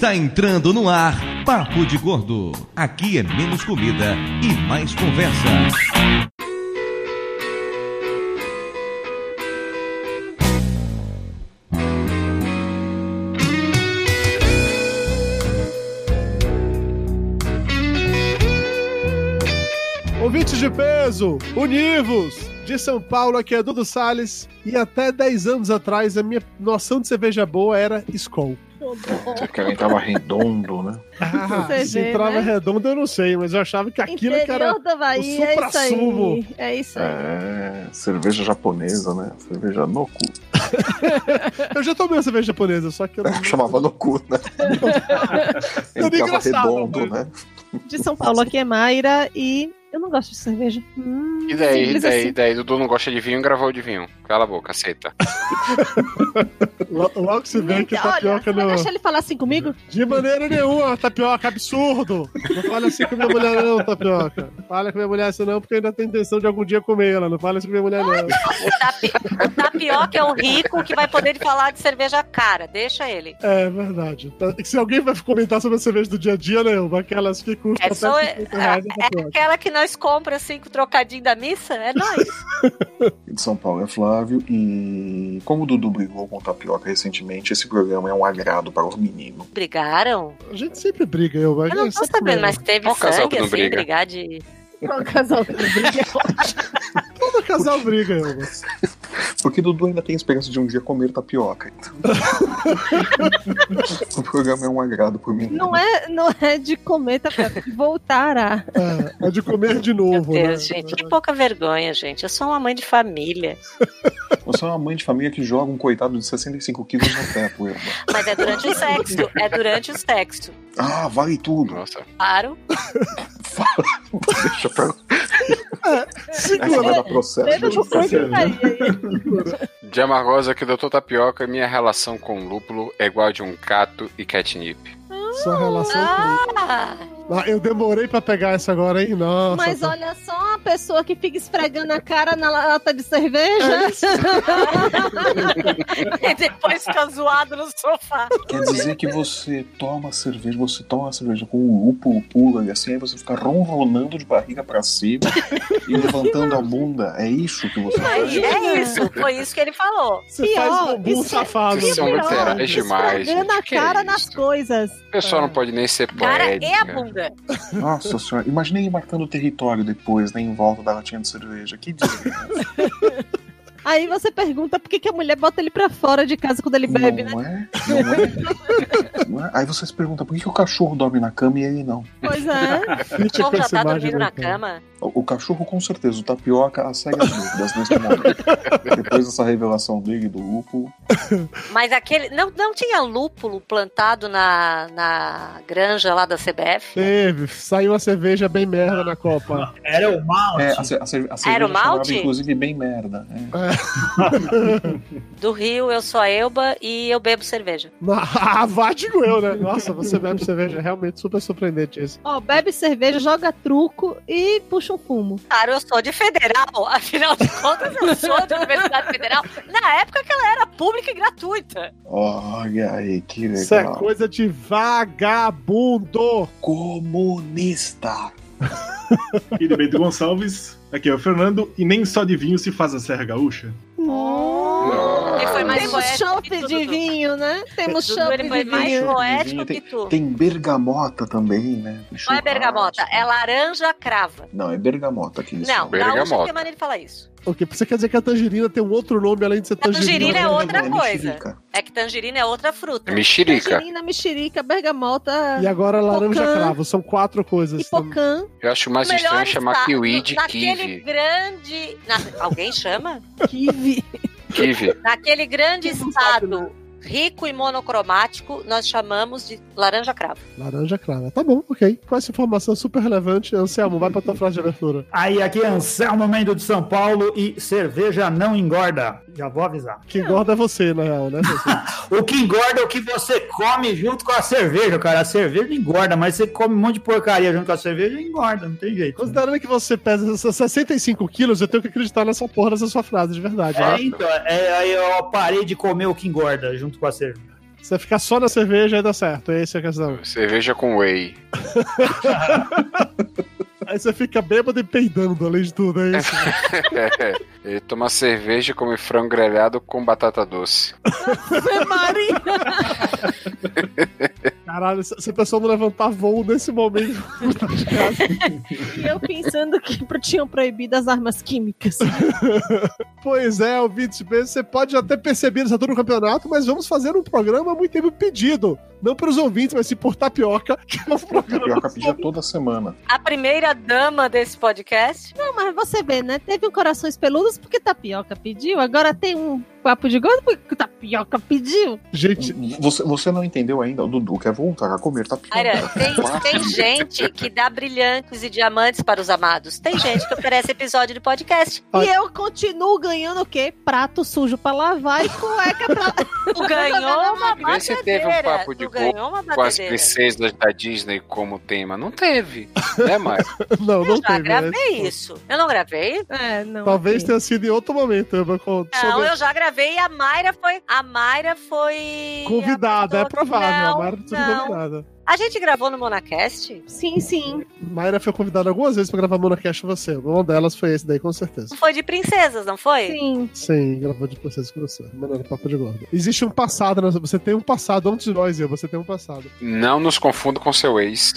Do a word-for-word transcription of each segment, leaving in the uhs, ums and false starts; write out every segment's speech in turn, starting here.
Está entrando no ar Papo de Gordo. Aqui é menos comida e mais conversa. Ouvintes de peso, univos! De São Paulo, aqui é Dudu Salles. E até dez anos atrás, a minha noção de cerveja boa era Skol. Você quer entrava redondo, né? Ah, Você se vê, entrava né? redondo, eu não sei, mas eu achava que aquilo que era Interior da Bahia, o é isso supra-sumo. aí. É isso aí. É, cerveja japonesa, né? Cerveja no cu. Eu já tomei uma cerveja japonesa, só que eu não... Chamava no cu, né? Eu nem Entrava gostava, redondo, mas- né? De São Paulo, aqui é Mayra e eu não gosto de cerveja. Hum, E daí, e simples daí, assim. e daí, Dudu não gosta de vinho, gravou de vinho. Cala a boca, aceita. Lo- Logo se vê que Olha, tapioca você vai não... deixar ele falar assim comigo? De maneira nenhuma, tapioca, absurdo! Não fale assim com minha mulher não, tapioca. Fala com minha mulher assim não, porque eu ainda tenho intenção de algum dia comer ela. Não fale assim com minha mulher não. O, tapi... o tapioca é o rico que vai poder falar de cerveja cara. Deixa ele. É verdade. Tá- Se alguém vai comentar sobre a cerveja do dia a dia, não. Aquelas que custam É, até só, cinquenta reais, é é tapioca. aquela que nós compramos assim com trocadinho da missa. É nóis. De São Paulo é Flávio. E como o Dudu brigou com o Tapioca recentemente, esse programa é um agrado para os meninos. Brigaram? A gente sempre briga, eu. Eu não tô sabendo, mas teve Qual casal que sangue não assim, briga? brigar de... Qual casal que não briga? Todo casal briga, eu. Mas... Porque Dudu ainda tem esperança de um dia comer tapioca. Então... o programa é um agrado por mim. Não é, não é de comer, tá? É de voltar a. É, é de comer de Meu novo, Deus, né? gente, que pouca vergonha, gente. Eu sou uma mãe de família. Você é uma mãe de família que joga um coitado de sessenta e cinco quilos no teto, Elba. Mas é durante o sexo. É durante o sexo. Ah, vale tudo. Nossa. Claro. Deixa pra... Essa vai Segura. dar processo. Dedo deixa no pra cu que você. tá aí, aí. De amargosa que doutor Tapioca, minha relação com lúpulo é igual a de um cato e catnip. Sua relação Ah, com... Ah, eu demorei pra pegar essa agora, hein? Nossa. Mas tá- olha só uma pessoa que fica esfregando a cara na lata de cerveja. e depois fica zoado no sofá. Quer dizer que você toma cerveja, você toma cerveja com o lúpulo puro e assim, aí você fica ronronando de barriga pra cima e levantando a bunda. É isso que você faz? É isso, foi isso que ele falou. Você Pior, faz bumbum isso é- safado. Vocês são né? muito heróis demais. Esfregando a gente. Que cara é nas isso? coisas. O pessoal não pode nem ser Cara poético. e a bunda. Nossa senhora, imaginei ele marcando território depois, né, em volta da latinha de cerveja. Que desgraça. Aí você pergunta por que, que a mulher bota ele pra fora de casa quando ele bebe, né? Não é? Não é? Não é? Aí você se pergunta, por que, que o cachorro dorme na cama e ele não? Pois é. O cachorro com já essa tá imagem dormindo na mental. cama. O, o cachorro com certeza, o Tapioca a segue as dúvidas nesse momento. Depois dessa revelação dele do lúpulo. Mas aquele. Não, não tinha lúpulo plantado na, na granja lá da C B F? Teve, saiu uma cerveja bem merda na Copa. Era o malte. É, a, ce- a, ce- a cerveja Era o chamava, malte? inclusive, bem merda. É. Do Rio, eu sou a Elba e eu bebo cerveja. Ah, vá, digo eu, né? Nossa, você bebe cerveja, é realmente super surpreendente isso. Ó, bebe cerveja, joga truco e puxa um fumo. Claro, eu sou de federal, afinal de contas, eu sou de Universidade Federal. Na época que ela era pública e gratuita. Olha aí, que legal. Isso é coisa de vagabundo. Comunista. Aqui de Bento Gonçalves, aqui é o Fernando, e nem só de vinho se faz a Serra Gaúcha. Ele foi mais Temos poético chopp que tu, de Dudu. vinho, né? Temos Dudu, chopp ele foi de mais vinho. poético tem, que tu. tem bergamota também, né? Tem Não é bergamota, churrasco. é laranja crava. Não, é bergamota que eles Não, falam. Bergamota. gaúcha tem maneira de falar isso. O quê? Você quer dizer que a tangerina tem um outro nome além de ser tangerina? Tangerina é outra É coisa. mexerica. É que tangerina é outra fruta. É mexerica. Tangerina, mexerica, bergamota E agora laranja Pocã. cravo. São quatro coisas. e pocã. Eu acho mais Melhor estranho chamar está kiwi no- de naquele kiwi. grande... na- Alguém chama? Kiwi. Kiwi. Naquele grande Quem não sabe, estado rico e monocromático, nós chamamos de laranja cravo. Laranja cravo. Tá bom, ok. Com essa informação super relevante, Anselmo, vai pra tua frase de abertura. Aí aqui é Anselmo Mendo de São Paulo e cerveja não engorda. Já vou avisar. Que engorda é você, na real, né? Você? O que engorda é o que você come junto com a cerveja, cara. A cerveja não engorda, mas você come um monte de porcaria junto com a cerveja e engorda, não tem jeito. Considerando que você pesa sessenta e cinco quilos, eu tenho que acreditar nessa porra dessa sua frase, de verdade. É, né? então, é, aí eu parei de comer o que engorda junto com a cerveja. Você ficar só na cerveja aí dá certo, essa é a questão. Cerveja com whey. Aí você fica bêbado e peidando, além de tudo, é isso? É, ele toma cerveja e come frango grelhado com batata doce. Maria! Caralho, se a pessoa não levantar voo nesse momento... E eu pensando que tinham proibido as armas químicas. Pois é, ouvinte, você pode já ter percebido essa altura do campeonato, mas vamos fazer um programa muito tempo pedido. Não pelos ouvintes, mas sim por Tapioca, que é um programa... Tapioca pedia toda semana. A primeira dama desse podcast. Não, mas você vê, né? Teve um Corações Peludos porque Tapioca pediu, agora tem um Papo de Gordo porque Tapioca pediu. Gente... Você, você não entendeu ainda, o Dudu quer voltar a comer tapioca. Cara, tem, tem gente que dá brilhantes e diamantes para os amados. Tem gente que oferece episódio de podcast. E eu continuo ganhando o quê? Prato sujo pra lavar e cueca pra... Tu ganhou uma batedeira. Você teve um papo de gordo com as princesas da Disney como tema? Não teve, né, Maia? Não, eu não já teve. gravei né? isso. Eu não gravei? É, não. Talvez okay. tenha sido em outro momento. Eu não, sobre... eu já gravei e a Mayra foi... A Mayra foi... Convidada, é provável. Não, a Mayra foi convidada. A gente gravou no Monacast? Sim, sim. Mayra foi convidada algumas vezes pra gravar Monacast com você. Uma delas foi esse daí, com certeza. Foi de princesas, não foi? Sim. Sim, gravou de princesas com você. Mano, papo de gordo. Existe um passado, né? Você tem um passado antes de nós, eu. Você tem um passado. Não nos confunda com seu ex.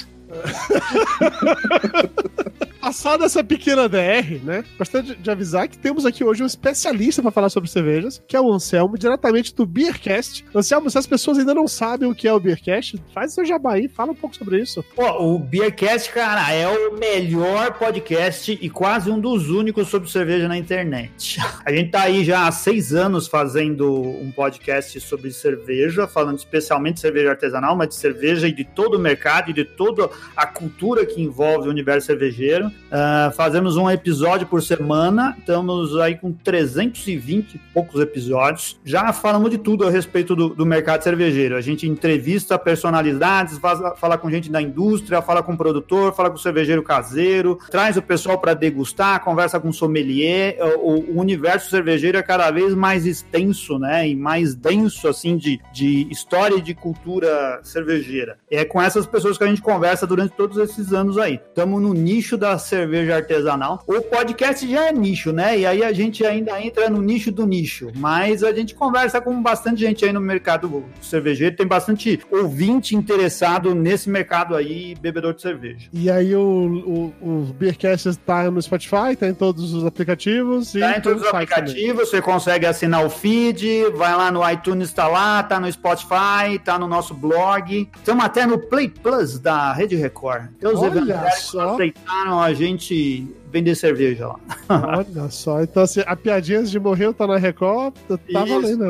Passada essa pequena D R, né? Gostaria de, de avisar que temos aqui hoje um especialista para falar sobre cervejas, que é o Anselmo, diretamente do Beercast. Anselmo, se as pessoas ainda não sabem o que é o Beercast, faz seu jabá aí, fala um pouco sobre isso. Pô, o Beercast, cara, é o melhor podcast e quase um dos únicos sobre cerveja na internet. A gente tá aí já há seis anos fazendo um podcast sobre cerveja, falando especialmente de cerveja artesanal, mas de cerveja e de todo o mercado e de toda a cultura que envolve o universo cervejeiro. Uh, fazemos um episódio por semana, estamos aí com trezentos e vinte e poucos episódios. Já falamos de tudo a respeito do, do mercado cervejeiro. A gente entrevista personalidades, faz, fala com gente da indústria, fala com o produtor, fala com o cervejeiro caseiro, traz o pessoal para degustar, conversa com o sommelier. O, o universo cervejeiro é cada vez mais extenso, né, e mais denso, assim, de, de história e de cultura cervejeira. É com essas pessoas que a gente conversa durante todos esses anos aí. Estamos no nicho da cerveja artesanal. O podcast já é nicho, né? E aí a gente ainda entra no nicho do nicho. Mas a gente conversa com bastante gente aí no mercado cervejeiro. Tem bastante ouvinte interessado nesse mercado aí, bebedor de cerveja. E aí o, o, o Beercast está no Spotify, tá em todos os aplicativos. Tá e em todos os aplicativos, você consegue assinar o feed, vai lá no iTunes, tá lá, tá no Spotify, tá no nosso blog. Estamos até no Play Plus da Rede Record. Tem os evangélicos que aceitaram a gente vender cerveja lá. Olha só, então assim, a piadinha de morreu tá na Record, tá Isso. valendo.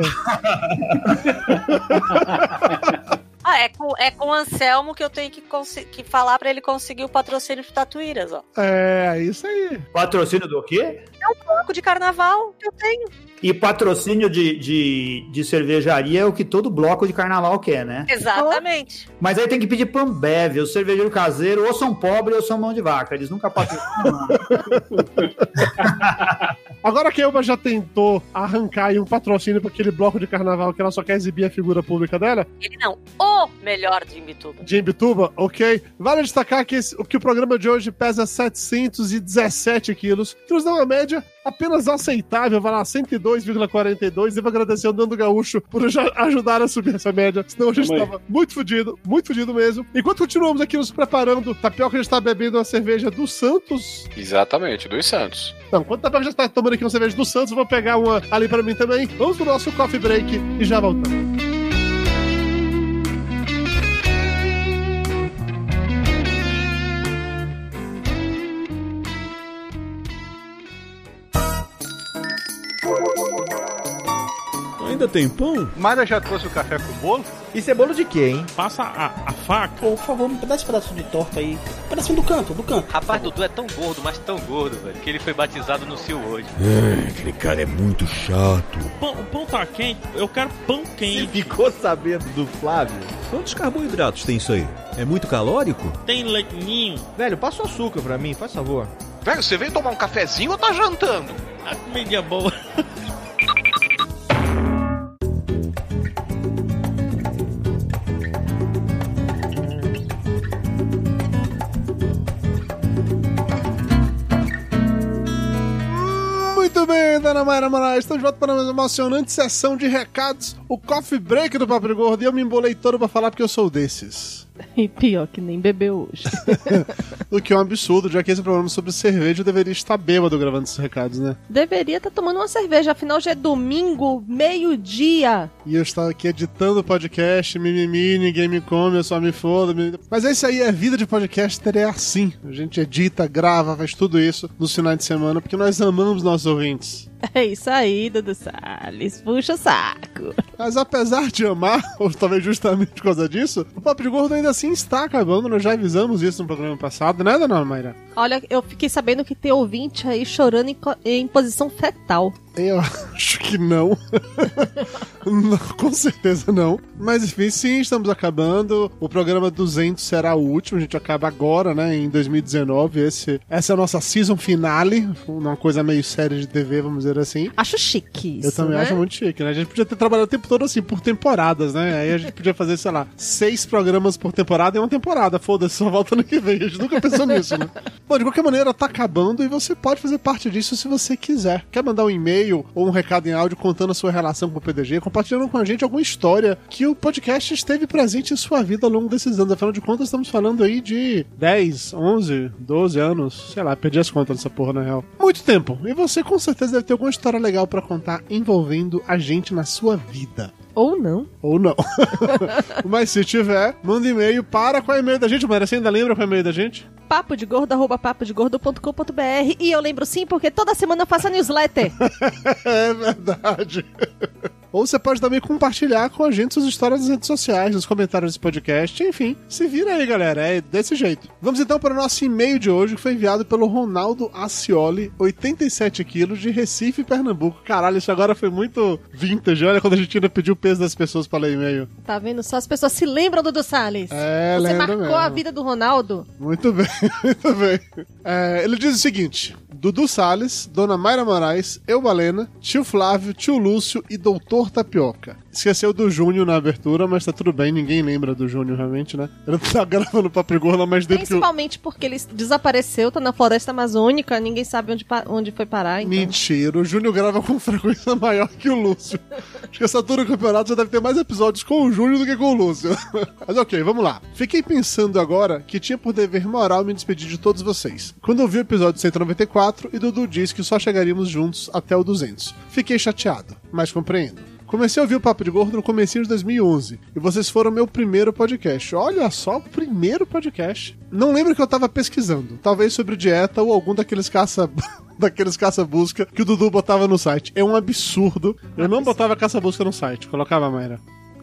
Ah, é com, é com o Anselmo que eu tenho que, que falar pra ele conseguir o patrocínio de Tatuíras, ó. É, isso aí. Patrocínio do quê? É um bloco de carnaval que eu tenho. E patrocínio de, de, de cervejaria é o que todo bloco de carnaval quer, né? Exatamente. Mas aí tem que pedir pro Ambev, o cervejeiro caseiro ou são pobres ou são mão de vaca. Eles nunca patrocinam. Agora que a Elba já tentou arrancar aí um patrocínio pra aquele bloco de carnaval que ela só quer exibir a figura pública dela. Ele não, o melhor de Imbituba. De Imbituba, ok. Vale destacar que, esse, que o programa de hoje pesa setecentos e dezessete quilos, que nos dá uma média apenas aceitável, vai lá, cento e dois vírgula quarenta e dois. Devo agradecer ao Nando Gaúcho por já ajudar a subir essa média, senão a gente Também. tava muito fudido, muito fudido mesmo. Enquanto continuamos aqui nos preparando, Tapioca já está bebendo uma cerveja do Santos. Exatamente, dos Santos. Não, enquanto Tapioca já está tomando aqui uma cerveja do Santos, eu vou pegar uma ali pra mim também. Vamos pro nosso coffee break e já voltamos. Ainda tem pão? Mayra já trouxe o café com bolo? Isso é bolo de quê, hein? Passa a, a faca. Pô, por favor, me dá esse pedaço de torta aí. Um pedacinho do canto, do canto. Rapaz, Dudu é tão gordo, mas tão gordo, velho, que ele foi batizado no Sil hoje. É, aquele cara é muito chato. O pão, o pão tá quente, eu quero pão quente. Você ficou sabendo do Flávio? Quantos carboidratos tem isso aí? É muito calórico? Tem leitinho. Velho, passa o açúcar pra mim, faz favor. Velho, você veio tomar um cafezinho ou tá jantando? A comida é boa. Ana Mayra Moraes, estamos de volta para uma emocionante sessão de recados, o Coffee Break do Papo de Gordo, e eu me embolei todo pra falar porque eu sou desses. E pior que nem bebeu hoje. O que é um absurdo, já que esse programa sobre cerveja eu deveria estar bêbado gravando esses recados, né? Deveria estar tomando uma cerveja, afinal já é domingo, meio-dia. E eu estava aqui editando o podcast, mimimi, ninguém me come, eu só me fodo. Me... Mas esse aí é vida de podcaster, é assim. A gente edita, grava, faz tudo isso nos finais de semana, porque nós amamos nossos ouvintes. É isso aí, Dudu Salles, puxa o saco. Mas apesar de amar, ou talvez justamente por causa disso, o Papo de Gordo ainda assim está acabando, nós já avisamos isso no programa passado, né, dona Mayra? Olha, eu fiquei sabendo que tem ouvinte aí chorando em, em posição fetal. Eu acho que não. Não, com certeza não. Mas enfim, sim, estamos acabando. O programa duzentos será o último. A gente acaba agora, né, em dois mil e dezenove. Esse, essa é a nossa season finale. Uma coisa meio séria de T V, vamos dizer assim. Acho chique isso, Eu também né? acho muito chique, né? A gente podia ter trabalhado o tempo todo assim, por temporadas, né? Aí a gente podia fazer, sei lá, seis programas por temporada e uma temporada. Foda-se, só volta ano que vem. A gente nunca pensou nisso, né? Bom, de qualquer maneira, tá acabando e você pode fazer parte disso se você quiser. Quer mandar um e-mail ou um recado em áudio contando a sua relação com o P D G, compartilhando com a gente alguma história que o podcast esteve presente em sua vida ao longo desses anos. Afinal de contas, estamos falando aí de dez, onze, doze anos, sei lá, perdi as contas dessa porra na real. Muito tempo. E você com certeza deve ter alguma história legal pra contar envolvendo a gente na sua vida. Ou não. Ou não. Mas se tiver, manda e-mail para qual é o e-mail da gente, Maria? Você ainda lembra qual é o e-mail da gente? papo de gordo arroba papo de gordo ponto com ponto b r. E eu lembro sim, porque toda semana eu faço a newsletter. É verdade. Ou você pode também compartilhar com a gente suas histórias nas redes sociais, nos comentários desse podcast, enfim. Se vira aí, galera, é desse jeito. Vamos então para o nosso e-mail de hoje, que foi enviado pelo Ronaldo Acioli, oitenta e sete quilos, de Recife, Pernambuco. Caralho, isso agora foi muito vintage. Olha quando a gente ainda pediu o peso das pessoas para ler e-mail. Tá vendo só? As pessoas se lembram do Dudu Salles. É, Você lembra marcou mesmo. a vida do Ronaldo. Muito bem, muito bem. É, ele diz o seguinte: Dudu Salles, Dona Mayra Moraes, eu, Balena, tio Flávio, tio Lúcio e Doutor Tapioca. Esqueceu do Júnior na abertura, mas tá tudo bem, ninguém lembra do Júnior realmente, né? Ele tá gravando Papo de Gordo, mas dentro Principalmente que eu... porque ele desapareceu, tá na floresta amazônica, ninguém sabe onde, pa... onde foi parar. Então. Mentira, o Júnior grava com frequência maior que o Lúcio. Acho que essa altura do campeonato já deve ter mais episódios com o Júnior do que com o Lúcio. Mas ok, vamos lá. Fiquei pensando agora que tinha por dever moral me despedir de todos vocês. Quando eu vi o episódio cento e noventa e quatro e Dudu disse que só chegaríamos juntos até o duzentos. Fiquei chateado, mas compreendo. Comecei a ouvir o Papo de Gordo no comecinho de dois mil e onze, e vocês foram meu primeiro podcast. Olha só, o primeiro podcast. Não lembro que eu tava pesquisando, talvez sobre dieta ou algum daqueles caça... daqueles caça-busca que o Dudu botava no site. É um absurdo. Eu não botava caça-busca no site, colocava, Mayra.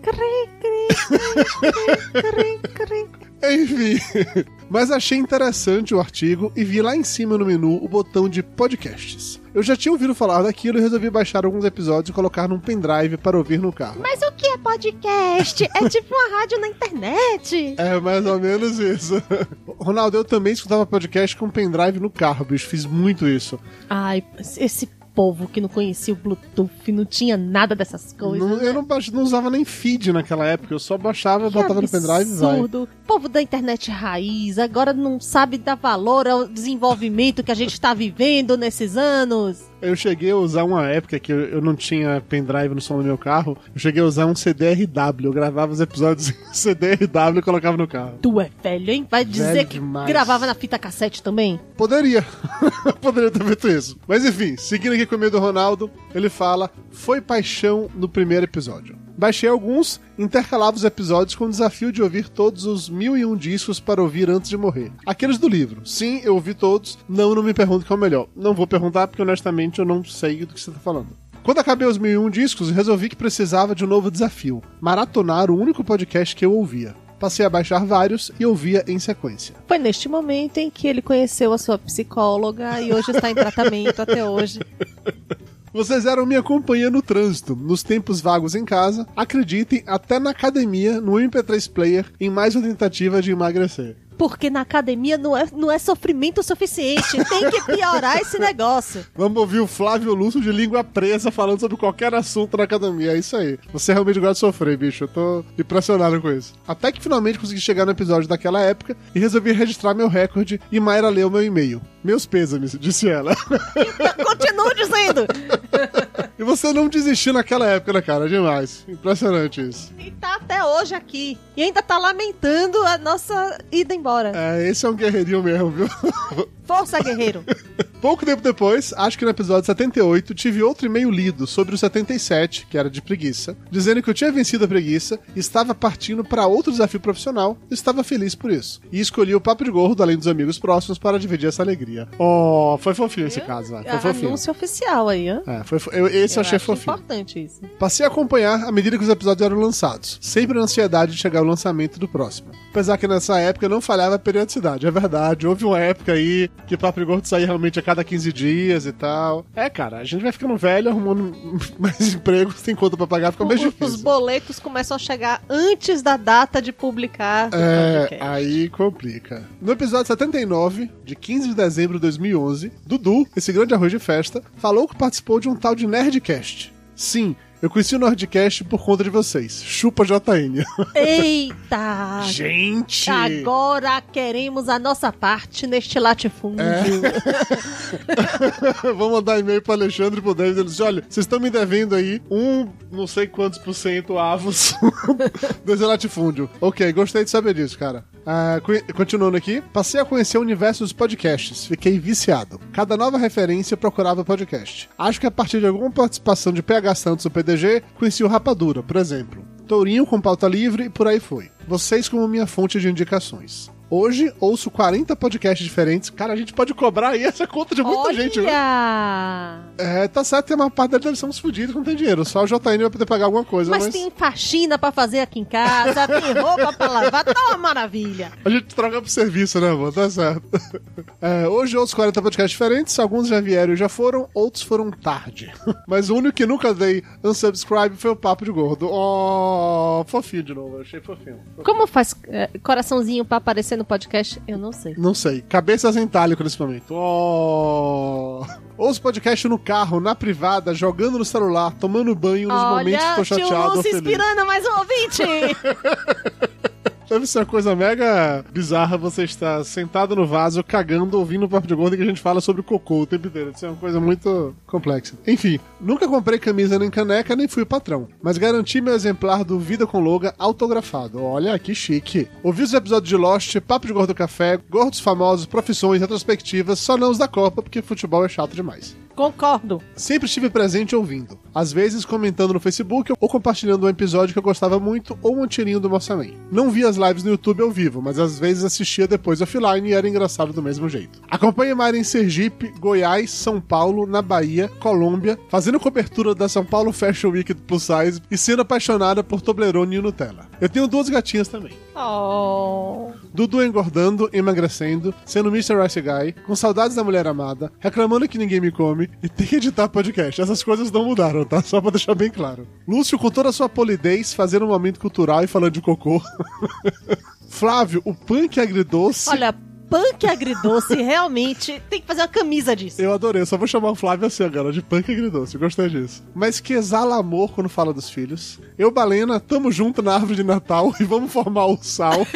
Enfim, mas achei interessante o artigo e vi lá em cima no menu o botão de podcasts. Eu já tinha ouvido falar daquilo e resolvi baixar alguns episódios e colocar num pendrive para ouvir no carro. Mas o que é podcast? É tipo uma rádio na internet. É mais ou menos isso. Ronaldo, eu também escutava podcast com pendrive no carro, bicho, fiz muito isso. Ai, esse povo que não conhecia o Bluetooth, não tinha nada dessas coisas. Não, né? Eu não, baix, não usava nem feed naquela época, eu só baixava, que botava no pendrive e vai. Absurdo. Povo da internet raiz, agora não sabe dar valor ao desenvolvimento que a gente tá vivendo nesses anos. Eu cheguei a usar uma época que eu, eu não tinha pendrive no som do meu carro, eu cheguei a usar um C D R W, eu gravava os episódios em C D R W e colocava no carro. Tu é velho, hein? Vai dizer Velho que demais. gravava na fita cassete também? Poderia. Poderia ter feito isso. Mas enfim, seguindo aqui com o e-mail do Ronaldo, ele fala: foi paixão no primeiro episódio. Baixei alguns, intercalava os episódios com o desafio de ouvir todos os mil e um discos para ouvir antes de morrer. Aqueles do livro. Sim, eu ouvi todos. Não, não me pergunte qual é o melhor. Não vou perguntar porque honestamente eu não sei do que você está falando. Quando acabei os mil e um discos, resolvi que precisava de um novo desafio. Maratonar o único podcast que eu ouvia. Passei a baixar vários e ouvia em sequência. Foi neste momento em que ele conheceu a sua psicóloga e hoje está em tratamento até hoje. Vocês eram minha companhia no trânsito, nos tempos vagos em casa, acreditem, até na academia, no M P três Player, em mais uma tentativa de emagrecer. Porque na academia não é, não é sofrimento o suficiente, tem que piorar esse negócio. Vamos ouvir o Flávio Lúcio de língua presa falando sobre qualquer assunto na academia, é isso aí. Você realmente gosta de sofrer, bicho, eu tô impressionado com isso. Até que finalmente consegui chegar no episódio daquela época e resolvi registrar meu recorde e Mayra leu meu e-mail. Meus pêsames, disse ela. Continua dizendo. E você não desistiu naquela época, né, cara? Demais. Impressionante isso. E tá até hoje aqui. E ainda tá lamentando a nossa ida embora. É, esse é um guerreirinho mesmo, viu? Força, guerreiro. Pouco tempo depois, acho que no episódio setenta e oito, tive outro e-mail lido sobre o setenta e sete, que era de preguiça, dizendo que eu tinha vencido a preguiça, estava partindo para outro desafio profissional e estava feliz por isso. E escolhi o Papo de Gordo, além dos amigos próximos, para dividir essa alegria. Oh, foi fofinho esse caso, né? Foi fofinho. Anúncio oficial aí, hein? É, foi, eu, esse eu, eu achei acho fofinho. Importante isso. Passei a acompanhar à medida que os episódios eram lançados, sempre na ansiedade de chegar ao lançamento do próximo. Apesar que nessa época não falhava a periodicidade, é verdade. Houve uma época aí que o Papo de Gordo saía realmente a cada quinze dias e tal. É, cara, a gente vai ficando velho, arrumando mais empregos, tem conta pra pagar, fica mais difícil. Os boletos começam a chegar antes da data de publicar o É, podcast. aí complica. No episódio setenta e nove, de quinze de dezembro de dois mil e onze, Dudu, esse grande arroz de festa, falou que participou de um tal de Nerdcast. Sim, eu conheci o Nerdcast por conta de vocês. Chupa J N. Eita! Gente! Agora queremos a nossa parte neste latifúndio. É. Vou mandar e-mail pro Alexandre e pro David. Eles dizem, olha, vocês estão me devendo aí um não sei quantos por cento avos desse latifúndio. Ok, gostei de saber disso, cara. Ah, continuando aqui, passei a conhecer o universo dos podcasts, fiquei viciado. Cada nova referência eu procurava podcast. Acho que a partir de alguma participação de P H Santos no P D G, conheci o Rapadura, por exemplo. Tourinho com pauta livre e por aí foi. Vocês como minha fonte de indicações. Hoje, ouço quarenta podcasts diferentes. Cara, a gente pode cobrar aí essa conta de muita Olha! gente, viu? É, tá certo, tem uma parte da deve ser uns fudidos que não tem dinheiro. Só o J N vai poder pagar alguma coisa, Mas, mas... tem faxina pra fazer aqui em casa, tem roupa pra lavar, tá uma maravilha. A gente troca pro serviço, né, amor? Tá certo. É, hoje, ouço quarenta podcasts diferentes. Alguns já vieram e já foram, outros foram tarde. Mas o único que nunca dei unsubscribe foi o Papo de Gordo. Oh, fofinho de novo, achei fofinho. fofinho. Como faz é, coraçãozinho pra aparecer no podcast? Eu não sei. Não sei. Cabeças em itálico nesse momento. Oh. Ouço podcast no carro, na privada, jogando no celular, tomando banho nos Olha, momentos que tô chateado tio ou Lúcio feliz. inspirando mais um ouvinte. Deve ser uma coisa mega bizarra você estar sentado no vaso, cagando, ouvindo o Papo de Gordo que a gente fala sobre cocô o tempo inteiro. Isso é uma coisa muito complexa. Enfim, nunca comprei camisa nem caneca, nem fui o patrão. Mas garanti meu exemplar do Vida com Loga autografado. Olha, que chique. Ouvi os episódios de Lost, Papo de Gordo Café, Gordos Famosos, Profissões, Retrospectivas, só não os da Copa, porque futebol é chato demais. Concordo. Sempre estive presente ouvindo. Às vezes comentando no Facebook ou compartilhando um episódio que eu gostava muito ou um tirinho do Morsaman. Não via as lives no YouTube ao vivo, mas às vezes assistia depois offline e era engraçado do mesmo jeito. Acompanhe Mari em Sergipe, Goiás, São Paulo, na Bahia, Colômbia, fazendo cobertura da São Paulo Fashion Week do Plus Size e sendo apaixonada por Toblerone e Nutella. Eu tenho duas gatinhas também. Oh. Dudu engordando, emagrecendo, sendo mister Rice Guy, com saudades da mulher amada, reclamando que ninguém me come e tem que editar podcast. Essas coisas não mudaram, tá? Só pra deixar bem claro. Lúcio com toda a sua polidez, fazendo um momento cultural e falando de cocô. Flávio, o punk agridoce... Olha... Punk agridoce, realmente, tem que fazer uma camisa disso. Eu adorei, eu só vou chamar o Flávio assim agora, de punk agridoce, eu gostei disso. Mas que exala amor quando fala dos filhos. Eu, Balena, tamo junto na árvore de Natal e vamos formar o sal.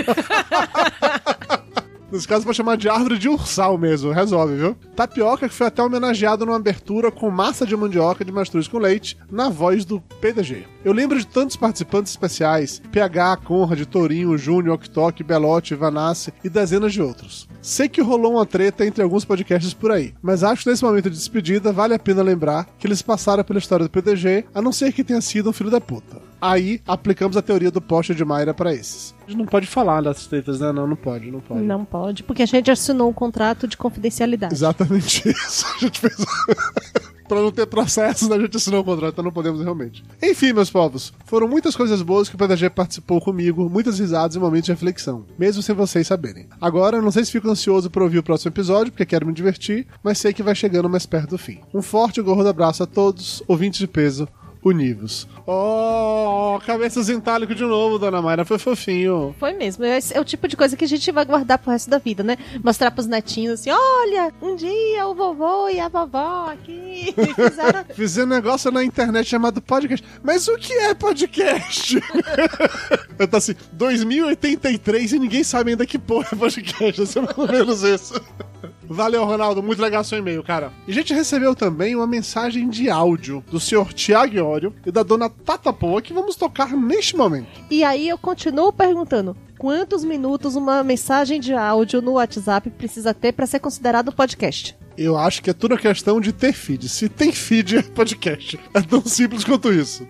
Nesse caso, vou chamar de árvore de ursal mesmo, resolve, viu? Tapioca, que foi até homenageado numa abertura com massa de mandioca de mastruz com leite, na voz do P D G. Eu lembro de tantos participantes especiais, P H, Conrad, Tourinho, Júnior, Oktok, Belotti, Vanassi e dezenas de outros. Sei que rolou uma treta entre alguns podcasts por aí, mas acho que nesse momento de despedida vale a pena lembrar que eles passaram pela história do P D G, a não ser que tenha sido um filho da puta. Aí, aplicamos a teoria do poste de Mayra pra esses. A gente não pode falar das tretas, né? Não, não pode, não pode. Não pode, porque a gente assinou um contrato de confidencialidade. Exatamente isso. A gente fez... Pra não ter processos, a gente assinou o contrato, então não podemos realmente. Enfim, meus povos, foram muitas coisas boas que o P D G participou comigo, muitas risadas e momentos de reflexão, mesmo sem vocês saberem. Agora, não sei se fico ansioso por ouvir o próximo episódio, porque quero me divertir, mas sei que vai chegando mais perto do fim. Um forte e gordo abraço a todos, ouvintes de peso, univos. Oh, cabeças em tálico de novo, dona Mayra, foi fofinho. Foi mesmo, é, é o tipo de coisa que a gente vai guardar pro resto da vida, né? Mostrar pros netinhos assim, olha, um dia o vovô e a vovó aqui fizeram... Fizeram um negócio na internet chamado podcast. Mas o que é podcast? Eu tô assim, dois mil e oitenta e três e ninguém sabe ainda que porra é podcast, é mais ou menos isso. Valeu, Ronaldo. Muito legal seu e-mail, cara. E a gente recebeu também uma mensagem de áudio do senhor Tiago Iório e da dona Tata Poa que vamos tocar neste momento. E aí eu continuo perguntando, quantos minutos uma mensagem de áudio no WhatsApp precisa ter para ser considerado podcast? Eu acho que é tudo questão de ter feed. Se tem feed, é podcast. É tão simples quanto isso.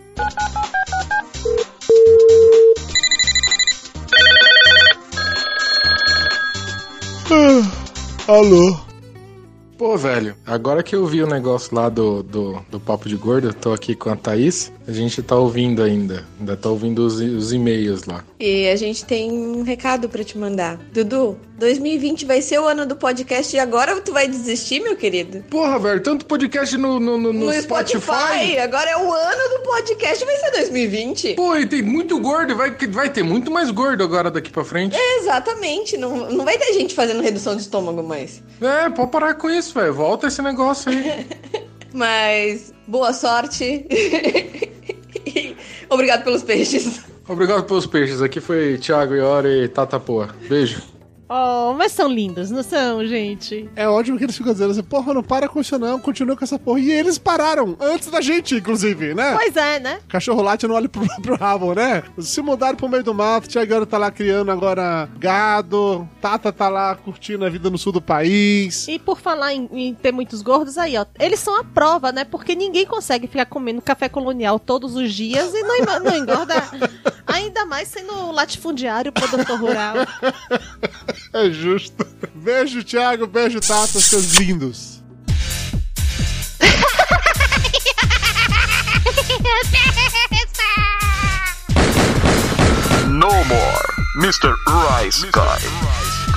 Ah, alô? Pô, velho, agora que eu vi o negócio lá do, do, do Papo de Gordo, eu tô aqui com a Thaís, a gente tá ouvindo ainda, ainda tá ouvindo os, os e-mails lá. E a gente tem um recado pra te mandar. Dudu, dois mil e vinte vai ser o ano do podcast e agora tu vai desistir, meu querido? Porra, velho, tanto podcast no, no, no, no, no Spotify. Spotify. Agora é o ano do podcast, vai ser dois mil e vinte. Pô, e tem muito gordo, vai, vai ter muito mais gordo agora daqui pra frente. É, exatamente, não, não vai ter gente fazendo redução de estômago mais. É, pode parar com isso, velho, volta esse negócio aí. Mas, boa sorte. Obrigado pelos peixes. Obrigado pelos peixes, aqui foi Thiago Iori e Tata Poa. Beijo. Oh, mas são lindos, não são, gente? É ótimo que eles ficam dizendo assim, porra, não para com isso não, continua com essa porra. E eles pararam, antes da gente, inclusive, né? Pois é, né? Cachorro late não olha pro próprio rabo, né? Se mudaram pro meio do mato, Thiago tá lá criando agora gado, Tata tá lá curtindo a vida no sul do país. E por falar em, em ter muitos gordos, aí ó, eles são a prova, né? Porque ninguém consegue ficar comendo café colonial todos os dias e não, não engorda, ainda mais sendo latifundiário, produtor rural. É justo. Beijo, Thiago. Beijo, Tata, seus lindos. No more, mister Rice Guy.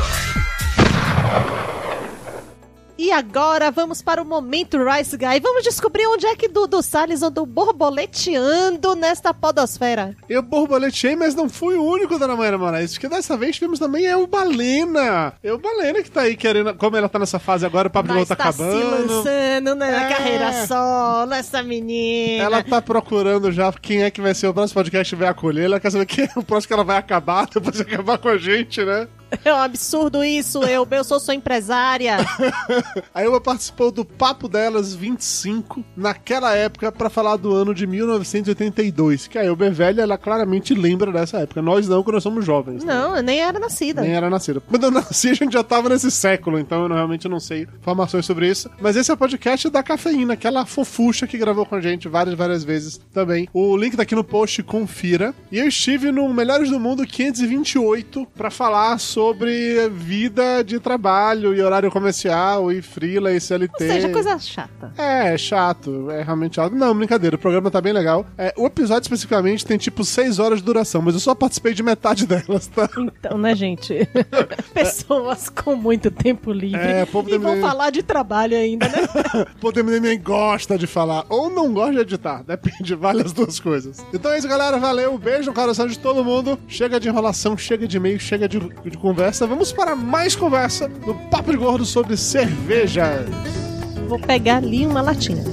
E agora vamos para o momento Rice Guy. Vamos descobrir onde é que Dudu Salles andou borboleteando nesta podosfera. Eu borboleteei, mas não fui o único, dona Maíra Moraes, porque dessa vez tivemos também é o Balena. É o Balena que tá aí querendo, como ela tá nessa fase agora, o Papo de Gordo tá acabando. se lançando na É. carreira solo, essa menina. Ela tá procurando já quem é que vai ser o próximo podcast que vai acolher. Ela quer saber quem é o próximo que ela vai acabar, depois de acabar com a gente, né? É um absurdo isso, eu, eu sou sua empresária. A Elba participou do Papo Delas vinte e cinco, naquela época, pra falar do ano de mil novecentos e oitenta e dois. Que a Elba é velha, ela claramente lembra dessa época. Nós não, porque nós somos jovens. Né? Não, eu nem era nascida. Nem era nascida. Quando eu nasci, a gente já tava nesse século, então eu não- realmente não sei informações sobre isso. Mas esse é o podcast da Cafeína, aquela fofucha que gravou com a gente várias, várias vezes também. O link tá aqui no post, confira. E eu estive no Melhores do Mundo quinhentos e vinte e oito pra falar sobre vida de trabalho e horário comercial e freela e C L T. Ou seja, coisa chata. É, é chato, é realmente chato. Não, brincadeira, o programa tá bem legal. É, o episódio especificamente tem tipo seis horas de duração, mas eu só participei de metade delas, tá? Então, né, gente? Pessoas com muito tempo livre É, povo e vão também- falar de trabalho ainda, né? O Poder nem gosta de falar, ou não gosta de editar, depende, vale as duas coisas. Então é isso, galera, valeu, um beijo no coração de todo mundo. Chega de enrolação, chega de e-mail, chega de, de conversa. Vamos para mais conversa no Papo de Gordo sobre cervejas. Vou pegar ali uma latinha.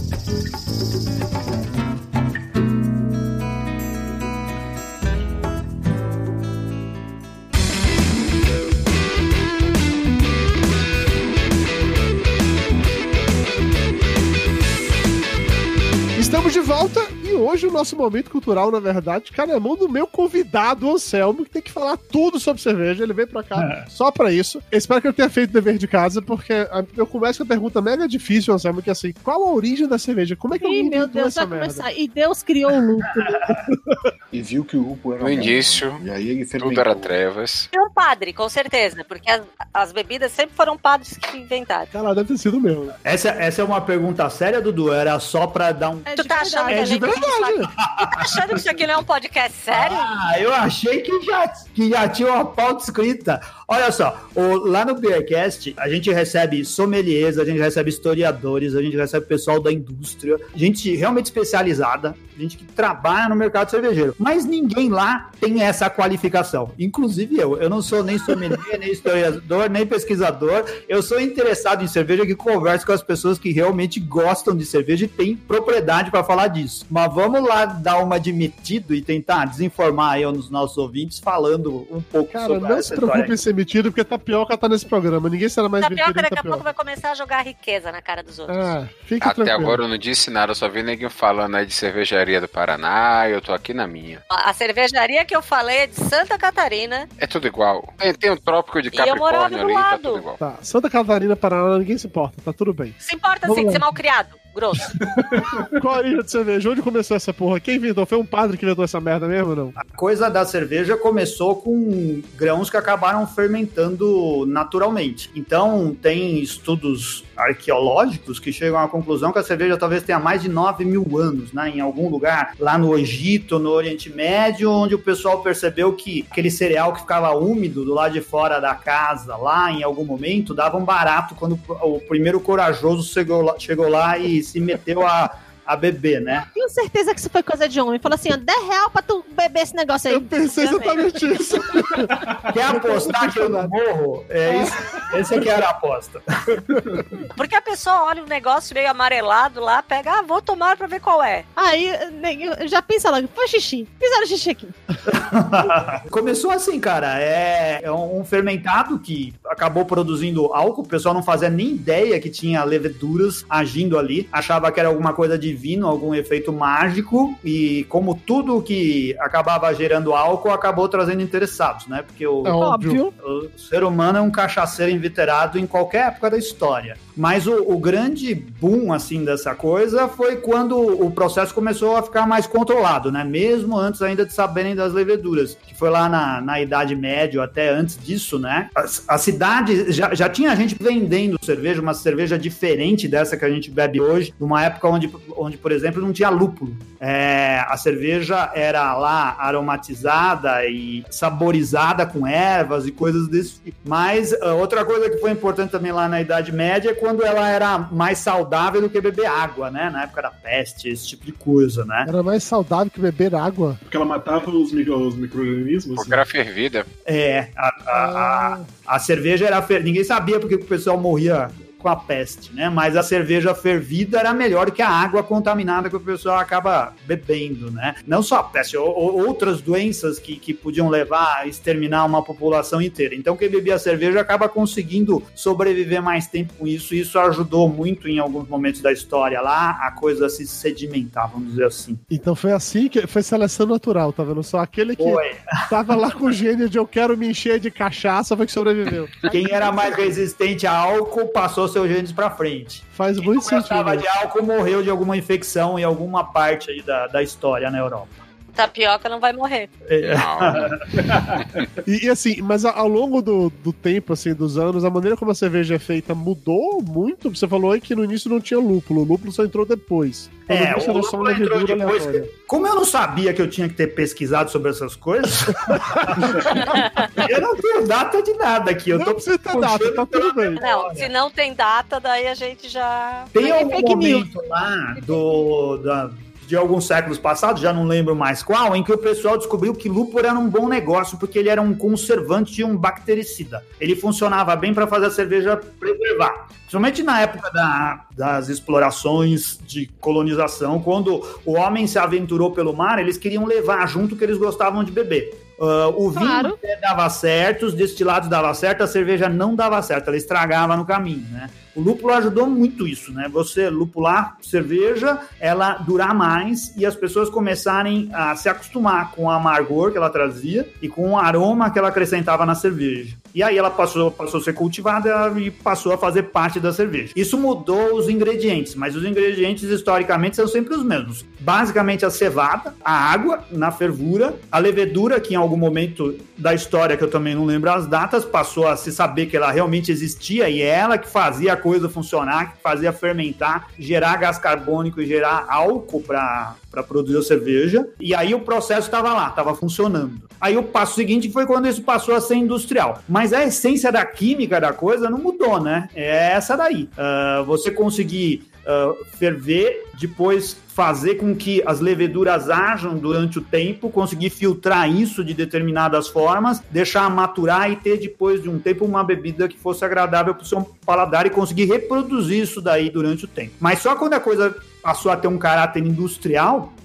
Estamos de volta e hoje o nosso momento cultural, na verdade, cara, é mão do meu convidado, Anselmo, que tem que falar tudo sobre cerveja. Ele veio pra cá É. só pra isso. Eu espero que eu tenha feito o dever de casa, porque a- eu começo com a pergunta mega difícil, Anselmo, que é assim, qual a origem da cerveja? Como é que Ih, alguém meu inventou Deus, essa vai merda? começar. E Deus criou o lúpulo. E viu que o lúpulo era No bom. início, E aí ele tudo fermentou. era trevas. E um padre, com certeza, porque as, as bebidas sempre foram padres que inventaram. Cara, deve ter sido meu. Essa, essa é uma pergunta séria, Dudu? Era só pra dar um... Tu tá achando, É que, a de gente- verdade. tu tá achando que isso aqui não é um podcast sério? Ah, eu achei que já, que já tinha uma pauta escrita. Olha só, o- lá no Beercast, a gente recebe sommeliers, a gente recebe historiadores, a gente recebe pessoal da indústria, gente realmente especializada, gente que trabalha no mercado cervejeiro. Mas ninguém lá tem essa qualificação. Inclusive eu. Eu não sou nem sommelier, nem historiador, nem pesquisador. Eu sou interessado em cerveja que conversa com as pessoas que realmente gostam de cerveja e têm propriedade para falar disso. Mas vamos lá dar uma de metido e tentar desinformar aí os nossos ouvintes falando um pouco Cara, sobre não essa se preocupe história. em ser metido, porque Tapioca tá nesse programa. Ninguém será mais metido Tapioca que daqui a Tapioca. pouco vai começar a jogar riqueza na cara dos outros. Ah, fica Até tranquilo. agora eu não disse nada, eu só vi ninguém falando aí de cervejaria do Paraná, eu tô aqui na minha. A cervejaria que eu falei é de Santa Catarina. É tudo igual. Tem, tem um trópico de E eu morava Capricórnio do ali, tá lado. tudo igual. Tá, Santa Catarina, Paraná, ninguém se importa, tá tudo bem. Se importa Vamos assim, de lá. ser mal criado, grosso. Qual a origem de cerveja? Onde começou essa porra? Quem inventou? Foi um padre que inventou essa merda mesmo ou não? A coisa da cerveja começou com grãos que acabaram fermentando naturalmente. Então, tem estudos arqueológicos que chegam à conclusão que a cerveja talvez tenha mais de nove mil anos, né? Em algum lugar, lá no Egito, no Oriente Médio, onde o pessoal percebeu que aquele cereal que ficava úmido do lado de fora da casa, lá em algum momento, dava um barato quando o primeiro corajoso chegou lá, chegou lá e se meteu a a beber, né? Tenho certeza que isso foi coisa de homem. Falou assim, ó, dez real pra tu beber esse negócio aí. Eu pensei exatamente isso. Quer apostar que eu não morro? É isso. Esse aqui era a aposta. Porque a pessoa olha um negócio meio amarelado lá, pega, ah, vou tomar pra ver qual é. Aí, nego, já pensa logo, foi xixi. Fizeram xixi aqui. Começou assim, cara. É, é um fermentado que acabou produzindo álcool. O pessoal não fazia nem ideia que tinha leveduras agindo ali. Achava que era alguma coisa divina, algum efeito mágico. E como tudo que acabava gerando álcool, acabou trazendo interessados, né? Porque o, É óbvio. o ser humano é um cachaceiro inveterado em qualquer época da história. Mas o, o grande boom, assim, dessa coisa foi quando o processo começou a ficar mais controlado, né? Mesmo antes ainda de saberem das leveduras, que foi lá na, na Idade Média, até antes disso, né? A, a cidade, já, já tinha gente vendendo cerveja, uma cerveja diferente dessa que a gente bebe hoje, numa época onde, onde por exemplo, não tinha lúpulo. É, a cerveja era lá aromatizada e saborizada com ervas e coisas desse tipo. Mas uh, outra coisa que foi importante também lá na Idade Média é quando ela era mais saudável do que beber água, né? Na época da peste, esse tipo de coisa, né? Era mais saudável que beber água. Porque ela matava os, micro, os micro-organismos. Porque era fervida. É, a, a, a, a cerveja era fervida. Ninguém sabia porque o pessoal morria com a peste, né? Mas a cerveja fervida era melhor que a água contaminada que o pessoal acaba bebendo, né? Não só a peste, ou, ou outras doenças que, que podiam levar a exterminar uma população inteira. Então quem bebia cerveja acaba conseguindo sobreviver mais tempo com isso, e isso ajudou muito em alguns momentos da história lá, a coisa se sedimentar, vamos dizer assim. Então foi assim que foi seleção natural, tá vendo? Só aquele que Foi. tava lá com o gênio de eu quero me encher de cachaça foi que sobreviveu. Quem era mais resistente a álcool passou seus genes pra frente. Faz muito Quem sentido. gostava de álcool morreu de alguma infecção em alguma parte aí da, da história na Europa. Tapioca não vai morrer. E, e assim, mas ao longo do, do tempo, assim, dos anos, a maneira como a cerveja é feita mudou muito. Você falou aí que no início não tinha lúpulo, o lúpulo só entrou depois. É, No início o era só uma lúpulo entrou levedura depois. aleatória. Como eu não sabia que eu tinha que ter pesquisado sobre essas coisas, eu não tenho data de nada aqui. Eu Não tô precisa ter data, tá tudo bem. Não, se não tem data, daí a gente já... Tem Aí é algum fake news. momento lá do, da, de alguns séculos passados, já não lembro mais qual, em que o pessoal descobriu que lúpulo era um bom negócio, porque ele era um conservante e um bactericida. Ele funcionava bem para fazer a cerveja preservar. Principalmente na época da, das explorações de colonização, quando o homem se aventurou pelo mar, eles queriam levar junto o que eles gostavam de beber. Uh, o vinho Claro. dava certo, os destilados dava certo, a cerveja não dava certo, ela estragava no caminho, né? O lúpulo ajudou muito isso, né? Você lupular cerveja, ela durar mais e as pessoas começarem a se acostumar com o amargor que ela trazia e com o aroma que ela acrescentava na cerveja. E aí ela passou, passou a ser cultivada e passou a fazer parte da cerveja. Isso mudou os ingredientes, mas os ingredientes historicamente são sempre os mesmos. Basicamente a cevada, a água na fervura, a levedura, que em algum momento da história, que eu também não lembro as datas, passou a se saber que ela realmente existia e é ela que fazia a coisa funcionar, que fazia fermentar, gerar gás carbônico e gerar álcool para para produzir a cerveja. E aí o processo estava lá, estava funcionando. Aí o passo seguinte foi quando isso passou a ser industrial. Mas a essência da química da coisa não mudou, né? É essa daí. Uh, você conseguir uh, ferver, depois fazer com que as leveduras ajam durante o tempo, conseguir filtrar isso de determinadas formas, deixar maturar e ter depois de um tempo uma bebida que fosse agradável para o seu paladar e conseguir reproduzir isso daí durante o tempo. Mas só quando a coisa passou a ter um caráter industrial,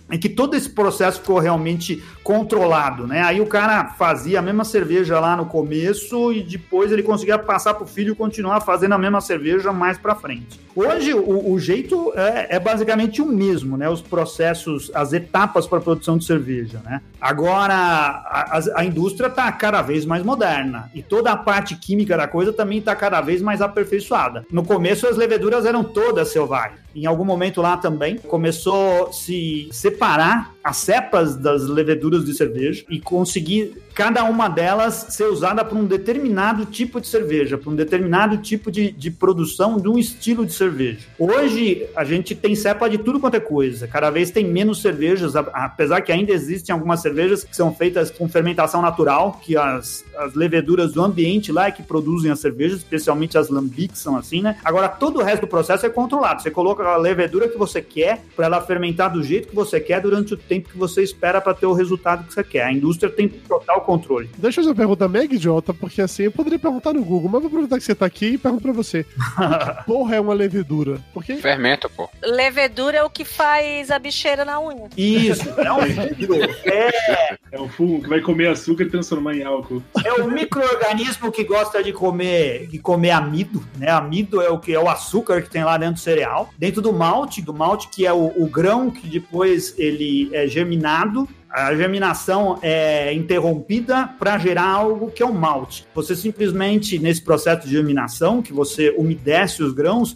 em que todo esse processo ficou realmente controlado, né? Aí o cara fazia a mesma cerveja lá no começo e depois ele conseguia passar pro filho e continuar fazendo a mesma cerveja mais pra frente. Hoje o, o jeito é, é basicamente o mesmo, né? Os processos, as etapas para a produção de cerveja, né? Agora a, a indústria está cada vez mais moderna e toda a parte química da coisa também está cada vez mais aperfeiçoada. No começo as leveduras eram todas selvagens. Em algum momento lá também começou a se separar as cepas das leveduras de cerveja e conseguir cada uma delas ser usada para um determinado tipo de cerveja, para um determinado tipo de, de produção de um estilo de cerveja. Hoje a gente tem cepa de tudo quanto é coisa, cada vez tem menos cervejas, apesar que ainda existem algumas cervejas que são feitas com fermentação natural, que as, as leveduras do ambiente lá é que produzem as cervejas, especialmente as lambics são assim, né? Agora todo o resto do processo é controlado, você coloca a levedura que você quer para ela fermentar do jeito que você quer durante o tempo que você espera para ter o resultado que você quer. A indústria tem total controle. Deixa eu fazer uma pergunta mega idiota, porque assim, eu poderia perguntar no Google, mas vou aproveitar que você tá aqui e pergunto pra você. Que porra é uma levedura? Porque... Fermento, pô. Levedura é o que faz a bicheira na unha. Isso, é um vidro. É... é o fungo que vai comer açúcar e transformar em álcool. É o micro-organismo que gosta de comer, de comer amido, né? Amido é o que é o açúcar que tem lá dentro do cereal. Dentro do malte, do malte que é o, o grão que depois ele é germinado. A germinação é interrompida para gerar algo que é o malte. Você simplesmente, nesse processo de germinação, que você umedece os grãos,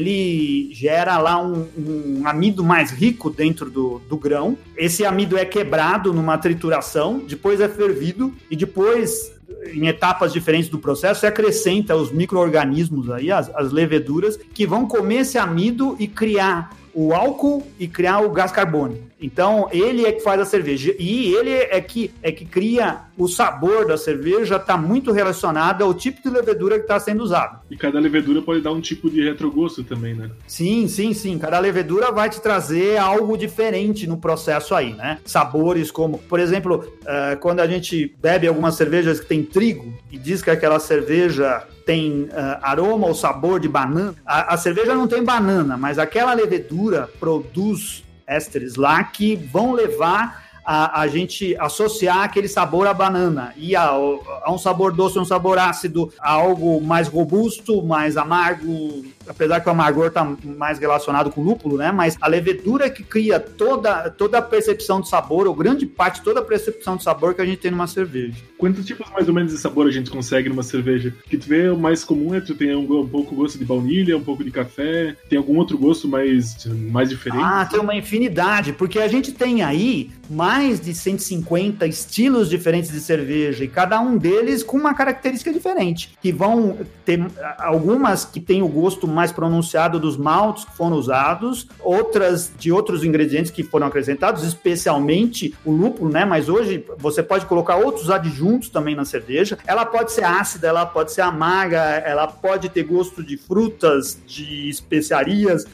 ele gera lá um, um amido mais rico dentro do, do grão. Esse amido é quebrado numa trituração, depois é fervido e depois, em etapas diferentes do processo, você acrescenta os micro-organismos aí, as, as leveduras, que vão comer esse amido e criar o álcool e criar o gás carbônico. Então, ele é que faz a cerveja. E ele é que, é que cria o sabor da cerveja, está muito relacionado ao tipo de levedura que está sendo usado. E cada levedura pode dar um tipo de retrogosto também, né? Sim, sim, sim. Cada levedura vai te trazer algo diferente no processo aí, né? Sabores como, por exemplo, uh, quando a gente bebe algumas cervejas que tem trigo e diz que aquela cerveja tem uh, aroma ou sabor de banana. A, a cerveja não tem banana, mas aquela levedura produz ésteres lá que vão levar a, a gente associar aquele sabor à banana e a, a um sabor doce, um sabor ácido, a algo mais robusto, mais amargo, apesar que o amargor está mais relacionado com o lúpulo, né? Mas a levedura que cria toda, toda a percepção de sabor, ou grande parte, toda a percepção de sabor que a gente tem numa cerveja. Quantos tipos mais ou menos de sabor a gente consegue numa cerveja? Que tu vê, o mais comum é tu tem um, um pouco gosto de baunilha, um pouco de café, tem algum outro gosto mais, mais diferente? Ah, tem uma infinidade, porque a gente tem aí mais de cento e cinquenta estilos diferentes de cerveja, e cada um deles com uma característica diferente, que vão ter algumas que tem o gosto mais pronunciado dos maltes que foram usados, outras de outros ingredientes que foram acrescentados, especialmente o lúpulo, né? Mas hoje você pode colocar outros adjuntos também na cerveja. Ela pode ser ácida, ela pode ser amarga, ela pode ter gosto de frutas, de especiarias,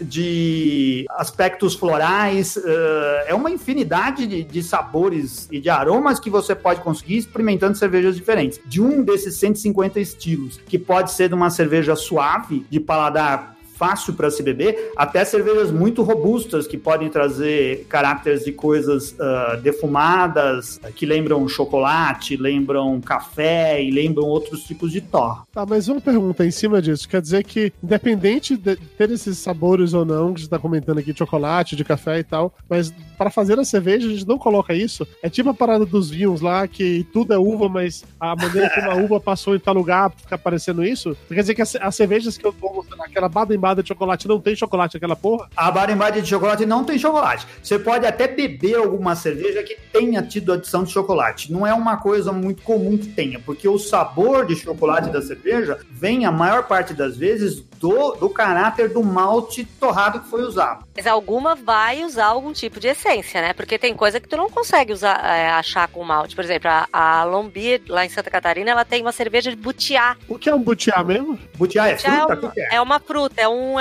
de aspectos florais. É uma infinidade de, de sabores e de aromas que você pode conseguir experimentando cervejas diferentes. De um desses cento e cinquenta estilos, que pode ser de uma cerveja suave, de paladar fácil para se beber, até cervejas muito robustas que podem trazer caracteres de coisas uh, defumadas, que lembram chocolate, lembram café e lembram outros tipos de torra. Tá, mas uma pergunta em cima disso. Quer dizer que, independente de ter esses sabores ou não, que você tá comentando aqui, de chocolate, de café e tal, mas para fazer a cerveja a gente não coloca isso? É tipo a parada dos vinhos lá, que tudo é uva, mas a maneira que uma uva passou em tal lugar fica aparecendo isso? Quer dizer que as, as cervejas que eu tô mostrando, aquela Baden-Baden de chocolate, não tem chocolate aquela porra? A Baden-Baden de chocolate não tem chocolate. Você pode até beber alguma cerveja que tenha tido adição de chocolate. Não é uma coisa muito comum que tenha, porque o sabor de chocolate da cerveja vem, a maior parte das vezes, do, do caráter do malte torrado que foi usado. Mas alguma vai usar algum tipo de essência, né? Porque tem coisa que tu não consegue usar, é, achar com malte. Por exemplo, a, a Lombier, lá em Santa Catarina, ela tem uma cerveja de butiá. O que é um butiá mesmo? Butiá é butiá fruta? É uma, é uma fruta, é um, é um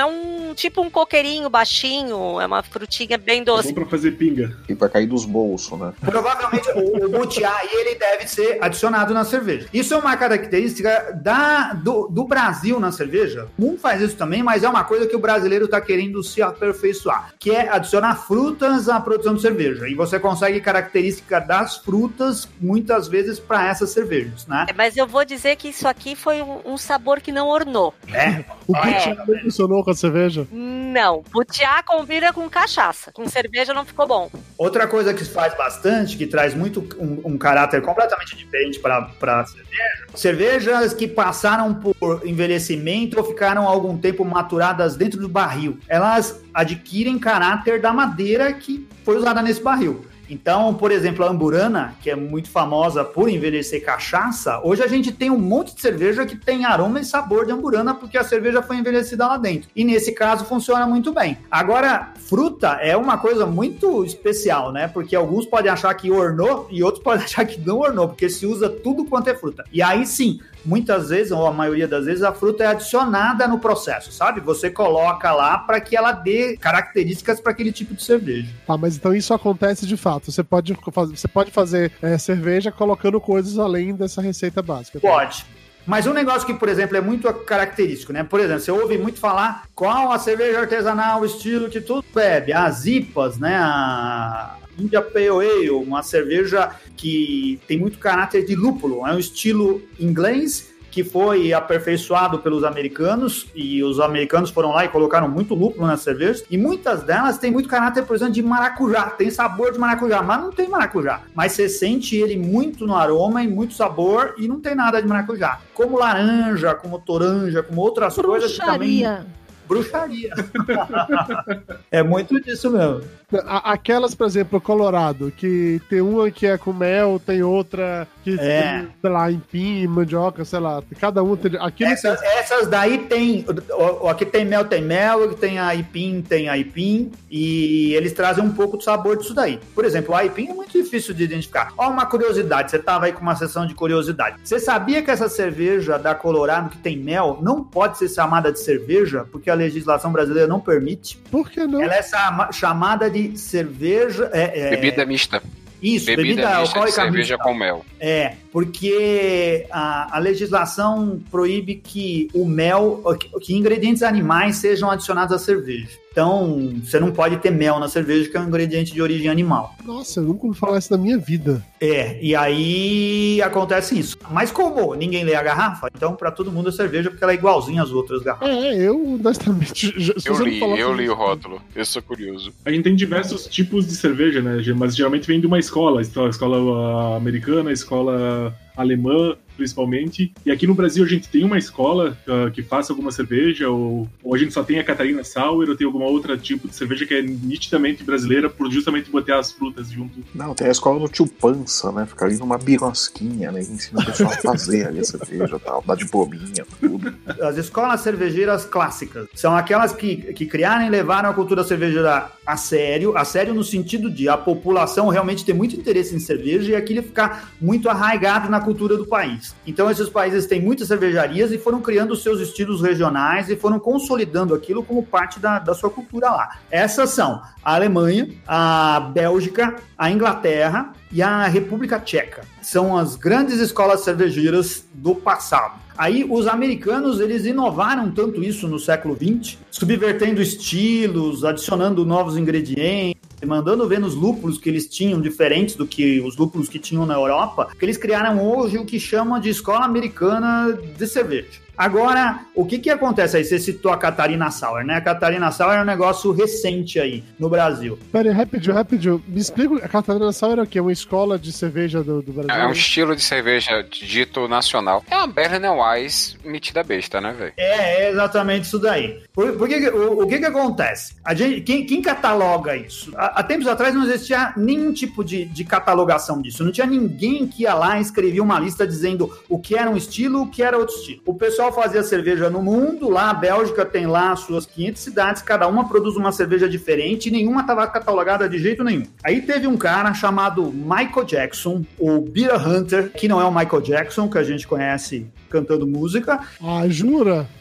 um tipo um coqueirinho baixinho, é uma frutinha bem É doce. bom pra fazer pinga. E pra cair dos bolsos, né? Provavelmente o, o butiá aí, ele deve ser adicionado na cerveja. Isso é uma característica da, do, do Brasil na cerveja. O mundo faz isso também, mas é uma coisa que o brasileiro tá querendo se aperfeiçoar, que é adicionar frutas à produção de cerveja. E você consegue característica das frutas, muitas vezes, para essas cervejas, né? Mas eu vou dizer que isso aqui foi um, um sabor que não ornou. É? O butiá não funcionou com a cerveja? Não, butiá combina com cachaça. Com cerveja não ficou bom. Outra coisa que faz bastante, que traz muito um, um caráter completamente diferente para a cerveja, cervejas que passaram por envelhecimento ou ficaram algum tempo maturadas dentro do barril. Elas adquirem caráter da madeira que foi usada nesse barril. Então, por exemplo, a Amburana, que é muito famosa por envelhecer cachaça, hoje a gente tem um monte de cerveja que tem aroma e sabor de Amburana porque a cerveja foi envelhecida lá dentro. E nesse caso funciona muito bem. Agora, fruta é uma coisa muito especial, né? Porque alguns podem achar que ornou e outros podem achar que não ornou, porque se usa tudo quanto é fruta. E aí sim, muitas vezes, ou a maioria das vezes, a fruta é adicionada no processo, sabe? Você coloca lá para que ela dê características para aquele tipo de cerveja. Tá, mas então isso acontece de fato. Você pode, você pode fazer é, cerveja colocando coisas além dessa receita básica. Tá? Pode. Mas um negócio que, por exemplo, é muito característico, né? Por exemplo, você ouve muito falar qual a cerveja artesanal, o estilo que tudo bebe. As I P As, né? A India Pale Ale, uma cerveja que tem muito caráter de lúpulo. É um estilo inglês que foi aperfeiçoado pelos americanos, e os americanos foram lá e colocaram muito lúpulo nas cervejas, e muitas delas têm muito caráter, por exemplo, de maracujá, tem sabor de maracujá, mas não tem maracujá, mas você sente ele muito no aroma e muito sabor, e não tem nada de maracujá, como laranja, como toranja, como outras Bruxaria. coisas que também... Bruxaria. É muito disso mesmo. Aquelas, por exemplo, Colorado, que tem uma que é com mel, tem outra que É. tem, sei lá, empim, mandioca, sei lá, cada um tem... Aquilo Essas, essas daí tem, o- o- aqui tem mel, tem mel, aqui tem aipim, tem aipim, e eles trazem um pouco do sabor disso daí. Por exemplo, o aipim é muito difícil de identificar. Ó, uma curiosidade, você tava aí com uma sessão de curiosidade. Você sabia que essa cerveja da Colorado que tem mel não pode ser chamada de cerveja, porque a legislação brasileira não permite? Por que não? Ela é chama- chamada de cerveja... é- é- Bebida mista. Isso, Bebida, bebida mista de alcoólica cerveja mista. com mel. É, porque a, a legislação proíbe que o mel, que, que ingredientes animais sejam adicionados à cerveja. Então, você não pode ter mel na cerveja, que é um ingrediente de origem animal. Nossa, eu nunca ouvi falar isso na minha vida. É, e aí acontece isso. Mas como ninguém lê a garrafa, então pra todo mundo é cerveja, porque ela é igualzinha às outras garrafas. É, eu, honestamente... já- se Eu você não li, falar eu sobre li o isso- rótulo. Eu sou curioso. A gente tem diversos tipos de cerveja, né? Mas geralmente vem de uma escola. A escola ah, americana, a escola alemã, principalmente. E aqui no Brasil a gente tem uma escola ah, que faça alguma cerveja, ou, ou a gente só tem a Catarina Sauer, ou tem alguma outra tipo de cerveja que é nitidamente brasileira, por justamente botar as frutas junto. Não, tem a escola do tio Pança, né? Fica ali numa birosquinha, né? Ensina o pessoal a fazer ali a cerveja e tal, dá de bombinha, tudo. As escolas cervejeiras clássicas são aquelas que, que criaram e levaram a cultura cervejeira a sério, a sério no sentido de a população realmente ter muito interesse em cerveja e aquilo ficar muito arraigado na cultura do país. Então esses países têm muitas cervejarias e foram criando os seus estilos regionais e foram consolidando aquilo como parte da, da sua cultura lá. Essas são a Alemanha, a Bélgica, a Inglaterra e a República Tcheca. São as grandes escolas cervejeiras do passado. Aí os americanos, eles inovaram tanto isso no século vinte, subvertendo estilos, adicionando novos ingredientes, mandando ver nos lúpulos que eles tinham diferentes do que os lúpulos que tinham na Europa, que eles criaram hoje o que chamam de escola americana de cerveja. Agora, o que que acontece aí? Você citou a Catarina Sauer, né? A Catarina Sauer é um negócio recente aí no Brasil. Pera aí, rapidinho, rapidinho. Me explica, a Catarina Sauer é o quê? Uma escola de cerveja do, do Brasil? É um estilo de cerveja dito nacional. É uma Berliner Weiss metida besta, né, velho? É, é exatamente isso daí. Por, por que, o, o que que acontece? A gente, quem, quem cataloga isso? Há, há tempos atrás não existia nenhum tipo de, de catalogação disso. Não tinha ninguém que ia lá e escrevia uma lista dizendo o que era um estilo, o que era outro estilo. O pessoal fazia cerveja no mundo, lá a Bélgica tem lá as suas quinhentas cidades, cada uma produz uma cerveja diferente e nenhuma estava catalogada de jeito nenhum. Aí teve um cara chamado Michael Jackson, o Beer Hunter, que não é o Michael Jackson, que a gente conhece cantando música. Ah, jura?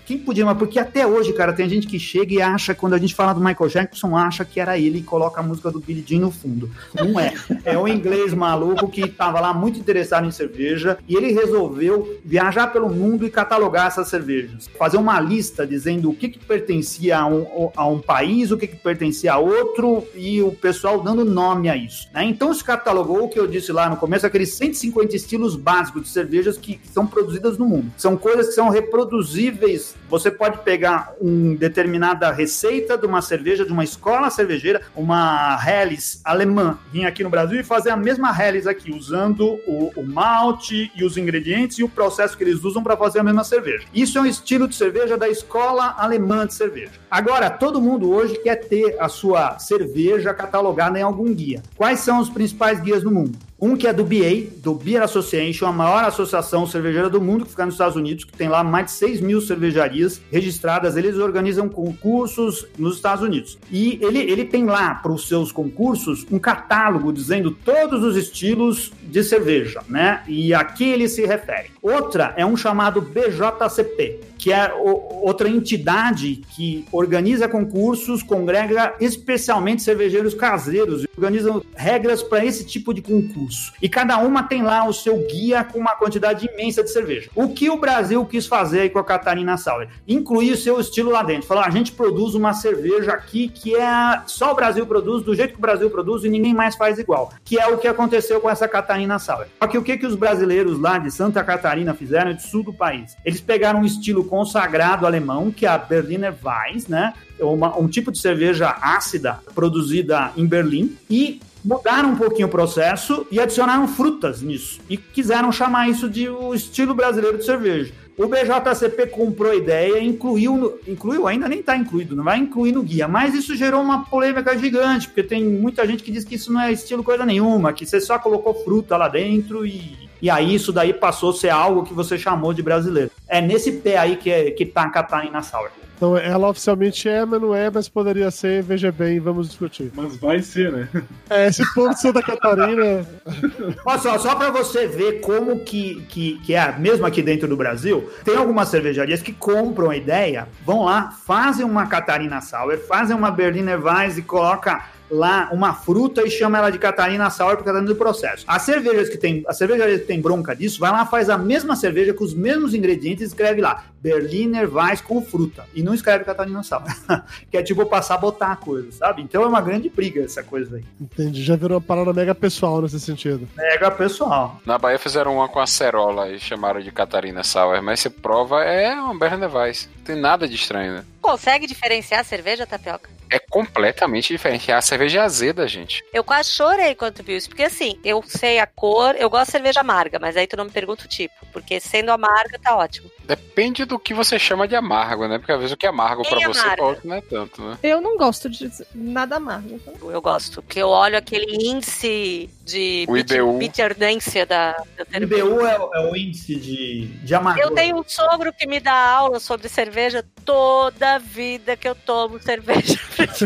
quem podia, mas porque até hoje, cara, tem gente que chega e acha, quando a gente fala do Michael Jackson, acha que era ele e coloca a música do Billie Jean no fundo. Não é. É um inglês maluco que estava lá muito interessado em cerveja e ele resolveu viajar pelo mundo e catalogar essas cervejas. Fazer uma lista dizendo o que, que pertencia a um, a um país, o que, que pertencia a outro e o pessoal dando nome a isso, né? Então se catalogou o que eu disse lá no começo, aqueles cento e cinquenta estilos básicos de cervejas que, que são produzidas no mundo. São coisas que são reproduzíveis. Você pode pegar uma determinada receita de uma cerveja, de uma escola cervejeira, uma Helles alemã, vir aqui no Brasil e fazer a mesma Helles aqui, usando o, o malte e os ingredientes e o processo que eles usam para fazer a mesma cerveja. Isso é um estilo de cerveja da escola alemã de cerveja. Agora, todo mundo hoje quer ter a sua cerveja catalogada em algum guia. Quais são os principais guias no mundo? Um que é do B A, do Beer Association, a maior associação cervejeira do mundo, que fica nos Estados Unidos, que tem lá mais de seis mil cervejarias registradas. Eles organizam concursos nos Estados Unidos. E ele, ele tem lá, para os seus concursos, um catálogo dizendo todos os estilos de cerveja, né? E a que ele se refere. Outra é um chamado B J C P, que é o, outra entidade que organiza concursos, congrega especialmente cervejeiros caseiros, e organizam regras para esse tipo de concurso. E cada uma tem lá o seu guia com uma quantidade imensa de cerveja. O que o Brasil quis fazer aí com a Catarina Sour? Incluir o seu estilo lá dentro. Falar, a gente produz uma cerveja aqui que é só o Brasil produz, do jeito que o Brasil produz e ninguém mais faz igual. Que é o que aconteceu com essa Catarina Sour. Só que o que, que os brasileiros lá de Santa Catarina fizeram de sul do país? Eles pegaram um estilo consagrado alemão, que é a Berliner Weiss, né? Uma, um tipo de cerveja ácida produzida em Berlim, e mudaram um pouquinho o processo e adicionaram frutas nisso. E quiseram chamar isso de o estilo brasileiro de cerveja. O B J C P comprou a ideia, incluiu, no, incluiu ainda nem está incluído, não vai incluir no guia, mas isso gerou uma polêmica gigante, porque tem muita gente que diz que isso não é estilo coisa nenhuma, que você só colocou fruta lá dentro e, e aí isso daí passou a ser algo que você chamou de brasileiro. É nesse pé aí que, é, que tá a Catarina Sour. Então ela oficialmente é, mas não é, mas poderia ser, veja bem, vamos discutir. Mas vai ser, né? É, esse ponto de Santa Catarina... Olha só, só pra você ver como que, que, que é, mesmo aqui dentro do Brasil, tem algumas cervejarias que compram a ideia, vão lá, fazem uma Catarina Sour, fazem uma Berliner Weiss e colocam lá uma fruta e chama ela de Catarina Sour porque tá dentro do processo. As cervejas que tem, a cervejaria que tem bronca disso, vai lá, faz a mesma cerveja com os mesmos ingredientes e escreve lá Berliner Weiss com fruta e não escreve Catarina Sour. Que é tipo passar a botar a coisa, sabe? Então é uma grande briga essa coisa aí. Entendi, já virou uma parada mega pessoal nesse sentido. Mega pessoal. Na Bahia fizeram uma com acerola e chamaram de Catarina Sour, mas você prova é uma Berliner Weiss. Não tem nada de estranho, né? Consegue diferenciar a cerveja, Tapioca? É completamente diferente. A cerveja é azeda, gente. Eu quase chorei quando tu viu isso. Porque assim, eu sei a cor, eu gosto de cerveja amarga, mas aí tu não me pergunta o tipo. Porque sendo amarga, tá ótimo. Depende do que você chama de amargo, né? Porque às vezes o que é amargo Bem pra você, amarga. pra outro não é tanto, né? Eu não gosto de nada amargo. Então. Eu gosto. Porque eu olho aquele índice de O I B U. bitternência da, da O I B U é, é o índice de, de amargor. Eu tenho um sogro que me dá aula sobre cerveja toda a vida que eu tomo cerveja.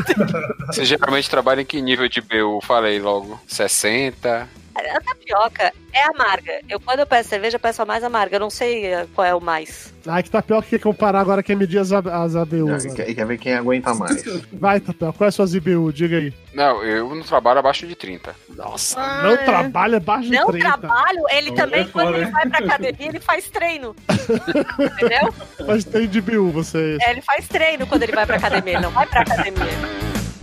Você geralmente trabalha em que nível de I B U? Falei logo. sessenta? A tapioca é amarga. Eu, quando eu peço cerveja, eu peço a mais amarga. Eu não sei qual é o mais. Ah, que Tapioca quer comparar agora, quer medir as, as A B Us. E quer, quer ver quem aguenta mais. Vai, Tapioca, qual é a sua I B U? Diga aí. Não, eu não trabalho abaixo de trinta. Nossa, Ah, não é. trabalha abaixo de Não trinta. trabalho, ele Não, também, é quando fora, ele né? vai pra academia, ele faz treino. Entendeu? Mas tem de I B U, você. É, ele faz treino quando ele vai pra academia, ele não vai pra academia.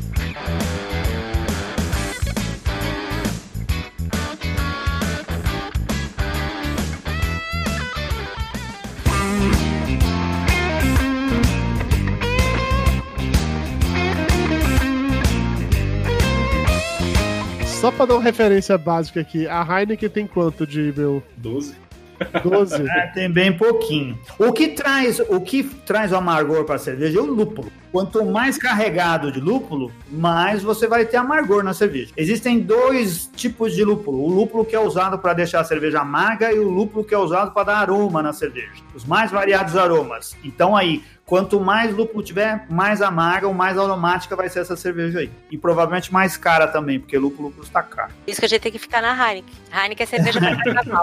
Só pra dar uma referência básica aqui, a Heineken tem quanto de I B U? doze. doze? É, tem bem pouquinho. O que traz o, que traz o amargor para a cerveja é o lúpulo. quanto mais carregado de lúpulo, mais você vai ter amargor na cerveja. Existem dois tipos de lúpulo. O lúpulo que é usado para deixar a cerveja amarga e o lúpulo que é usado para dar aroma na cerveja. Os mais variados aromas. Então aí, quanto mais lúpulo tiver, mais amarga ou mais aromática vai ser essa cerveja aí. E provavelmente mais cara também, porque lúpulo custa caro. Isso que a gente tem que ficar na Heineken. Heineken é cerveja para carnaval.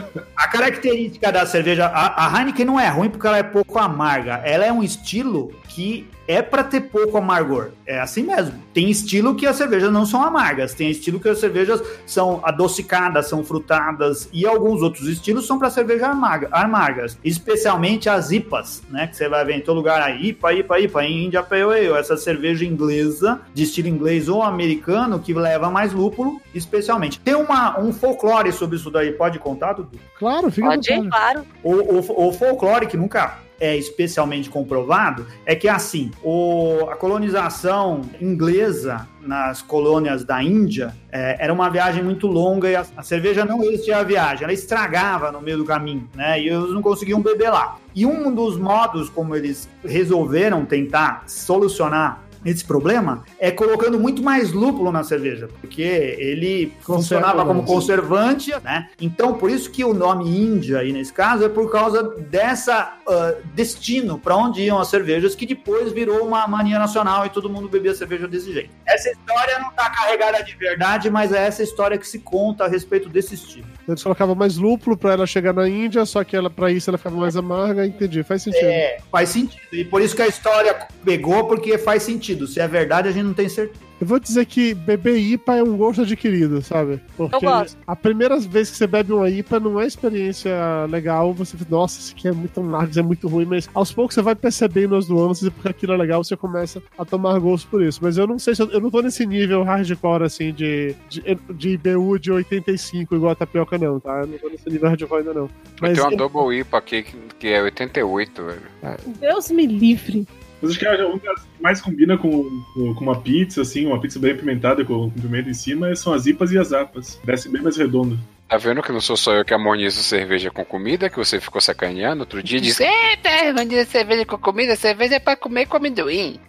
A característica da cerveja, a, a Heineken não é ruim porque ela é pouco amarga. Ela é um estilo que é para ter pouco amargor. É assim mesmo. Tem estilo que as cervejas não são amargas. Tem estilo que as cervejas são adocicadas, são frutadas. E alguns outros estilos são para cerveja amarga, amargas. Especialmente as I P As, né? Que você vai ver em todo lugar. A I P A, I P A, I P A, em India Pale Ale. Essa cerveja inglesa, de estilo inglês ou americano, que leva mais lúpulo, especialmente. Tem uma, um folclore sobre isso daí. Pode contar, Dudu? Claro, fica Pode ir, claro. O, o, o folclore, que nunca é especialmente comprovado, é que assim, o, a colonização inglesa nas colônias da Índia é, era uma viagem muito longa e a, a cerveja não existia a viagem, ela estragava no meio do caminho, né? E eles não conseguiam beber lá. E um dos modos como eles resolveram tentar solucionar esse problema é colocando muito mais lúpulo na cerveja, porque ele funcionava como conservante, né? Então, por isso que o nome Índia aí nesse caso é por causa dessa uh, destino para onde iam as cervejas, que depois virou uma mania nacional e todo mundo bebia cerveja desse jeito. Essa história não tá carregada de verdade, mas é essa história que se conta a respeito desse estilo. Eles colocavam mais lúpulo para ela chegar na Índia, só que ela, para isso ela ficava mais amarga. Entendi, faz sentido. É, faz sentido. E por isso que a história pegou, porque faz sentido. Se é verdade, a gente não tem certeza. Eu vou dizer que beber I P A é um gosto adquirido, sabe? Porque Eu gosto. a primeira vez que você bebe uma I P A não é experiência legal, você fica, nossa, isso aqui é muito amargo, isso é muito ruim, mas aos poucos você vai percebendo as nuances e porque aquilo é legal, você começa a tomar gosto por isso. Mas eu não sei se eu, eu não tô nesse nível hardcore, assim, de, de, de I B U de oitenta e cinco, igual a tapioca, não, tá? Eu não tô nesse nível hardcore ainda, não. Mas tem uma eu... Double I P A aqui que, que é oitenta e oito, velho. É. Deus me livre. Mas acho que a única que mais combina com, com uma pizza, assim, uma pizza bem apimentada com, com pimenta em cima, são as I P As e as A P As. Desce bem mais redondo. Tá vendo que não sou só eu que harmonizo cerveja com comida, que você ficou sacaneando outro dia e disse: eita, harmoniza cerveja com comida, cerveja é pra comer com amendoim.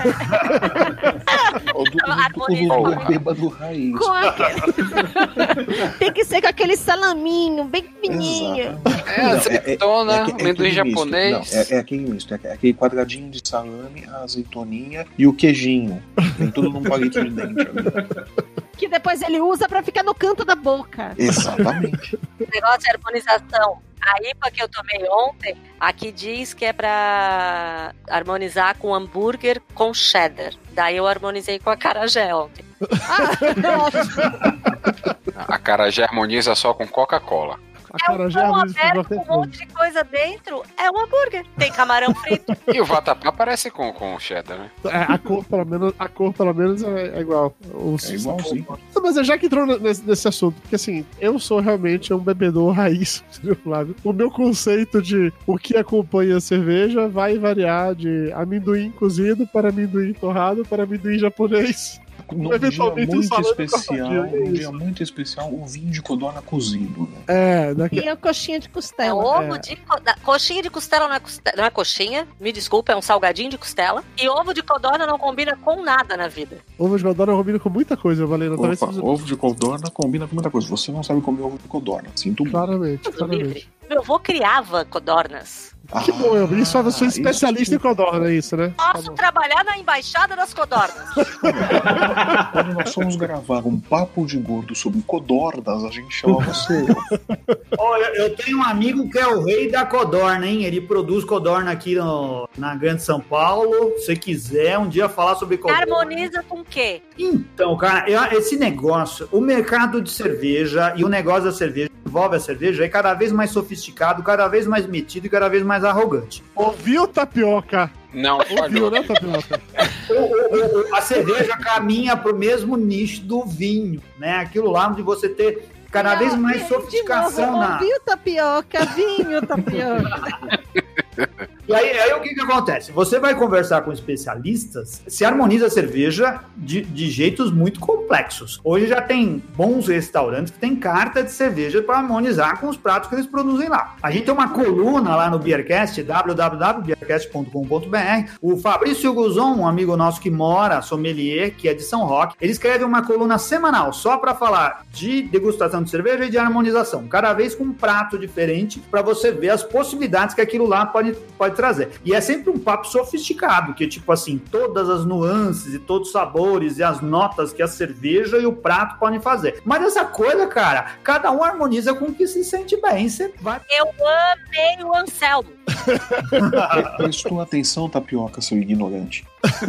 O do bêbado raiz. Com aquele... Tem que ser com aquele salaminho, bem fininho. É, azeitona, amendoim japonês. Não, é, é aquele misto, é aquele quadradinho de salame, a azeitoninha e o queijinho. Vem tudo num palito de dente. Que depois ele usa pra ficar no canto da boca. Exatamente. O negócio de harmonização. A I P A que eu tomei ontem, aqui diz que é pra harmonizar com hambúrguer com cheddar. Daí eu harmonizei com a acarajé ontem. A acarajé harmoniza só com Coca-Cola. É um pão aberto com um monte de coisa dentro. É um hambúrguer. Tem camarão frito. E o vatapá parece com, com cheddar, né? É, a cor, pelo menos, a cor, pelo menos, é, é igual. O é igualzinho. Mas já que entrou nesse, nesse assunto, porque assim, eu sou realmente um bebedor raiz, Flávio. O meu conceito de o que acompanha a cerveja vai variar de amendoim cozido para amendoim torrado para amendoim japonês. Num dia muito especial, num dia muito especial, o vinho de codorna cozido, né? É, daqui... E a coxinha de É costela. ovo É. de co... coxinha de costela não é, costela, não é coxinha, me desculpa, é um salgadinho de costela. E ovo de codorna não combina com nada na vida. Ovo de codorna combina com muita coisa, Valena. Opa, Talvez você... ovo de codorna combina com muita coisa. Você não sabe comer ovo de codorna, sinto muito. Claramente, claramente. Meu avô criava codornas. Que bom, eu isso eu sou Ah, especialista em codorna, é isso, né? Posso trabalhar na embaixada das codornas. Quando nós fomos gravar um papo de gordo sobre codornas, a gente chama você. Olha, eu tenho um amigo que é o rei da codorna, hein? Ele produz codorna aqui no, na Grande São Paulo. Se você quiser um dia falar sobre codorna. Harmoniza com o quê? Então, cara, eu- esse negócio, o mercado de cerveja e o negócio da cerveja, que envolve a cerveja, é cada vez mais sofisticado, cada vez mais metido e cada vez mais arrogante. Ouviu, Tapioca? Não, Ouviu, falhou. né, Tapioca? O- o- o- a cerveja caminha pro mesmo nicho do vinho, né? Aquilo lá onde você ter cada vez mais sofisticação de novo, na... Ouviu, Tapioca? Vinho, Tapioca. E aí, aí o que que acontece? Você vai conversar com especialistas, se harmoniza a cerveja de, de jeitos muito complexos. Hoje já tem bons restaurantes que tem carta de cerveja para harmonizar com os pratos que eles produzem lá. A gente tem uma coluna lá no Beercast, w w w ponto beercast ponto com ponto b r. O Fabrício Guzon, um amigo nosso que mora, sommelier, que é de São Roque, ele escreve uma coluna semanal só para falar de degustação de cerveja e de harmonização, cada vez com um prato diferente, para você ver as possibilidades que aquilo lá pode, pode trazer. E é sempre um papo sofisticado, que tipo assim, todas as nuances e todos os sabores e as notas que a cerveja e o prato podem fazer. Mas essa coisa, cara, cada um harmoniza com o que se sente bem. Você vai... Eu amei o Anselmo. Prestou atenção, Tapioca, seu ignorante.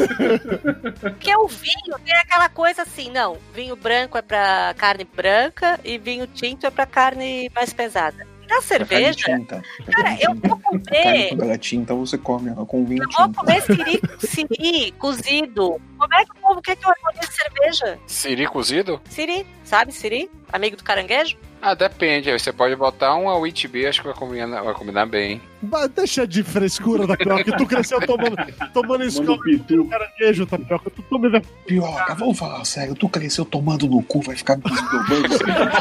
Porque o vinho tem aquela coisa assim, não, vinho branco é pra carne branca e vinho tinto é pra carne mais pesada. Na cerveja, tinta, cara, eu vou comer... Carne com tinta, você come ela com vinho Eu tinto. vou comer siri, siri cozido. Como é que o povo quer que eu harmonize cerveja? Siri cozido? Siri, sabe siri? Amigo do caranguejo? Ah, depende. Aí você pode botar um Wheat Beer, acho que vai combinar, vai combinar bem. Vai, deixa de frescura, Tapioca. Tu cresceu tomando, tomando escola de caranguejo, Tapioca. Tu toma... Tapioca, vamos falar sério. Tu cresceu tomando no cu, vai ficar me desdobrando.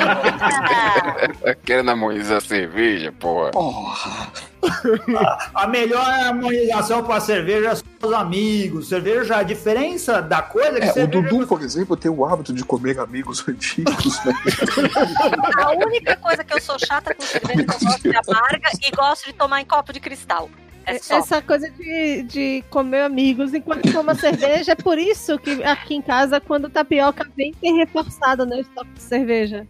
Querendo harmonizar cerveja, porra. Porra. A, a melhor harmonização para cerveja são os amigos. Cerveja, a diferença da coisa é que É, o cerveja... Dudu, por exemplo, tem o hábito de comer amigos antigos, né? A única coisa que eu sou chata com cerveja é que eu gosto de amarga e gosto de tomar em copo de cristal. É só. Essa coisa de, de comer amigos enquanto toma cerveja, é por isso que aqui em casa, quando Tapioca vem, tem reforçado, né, o estoque de cerveja.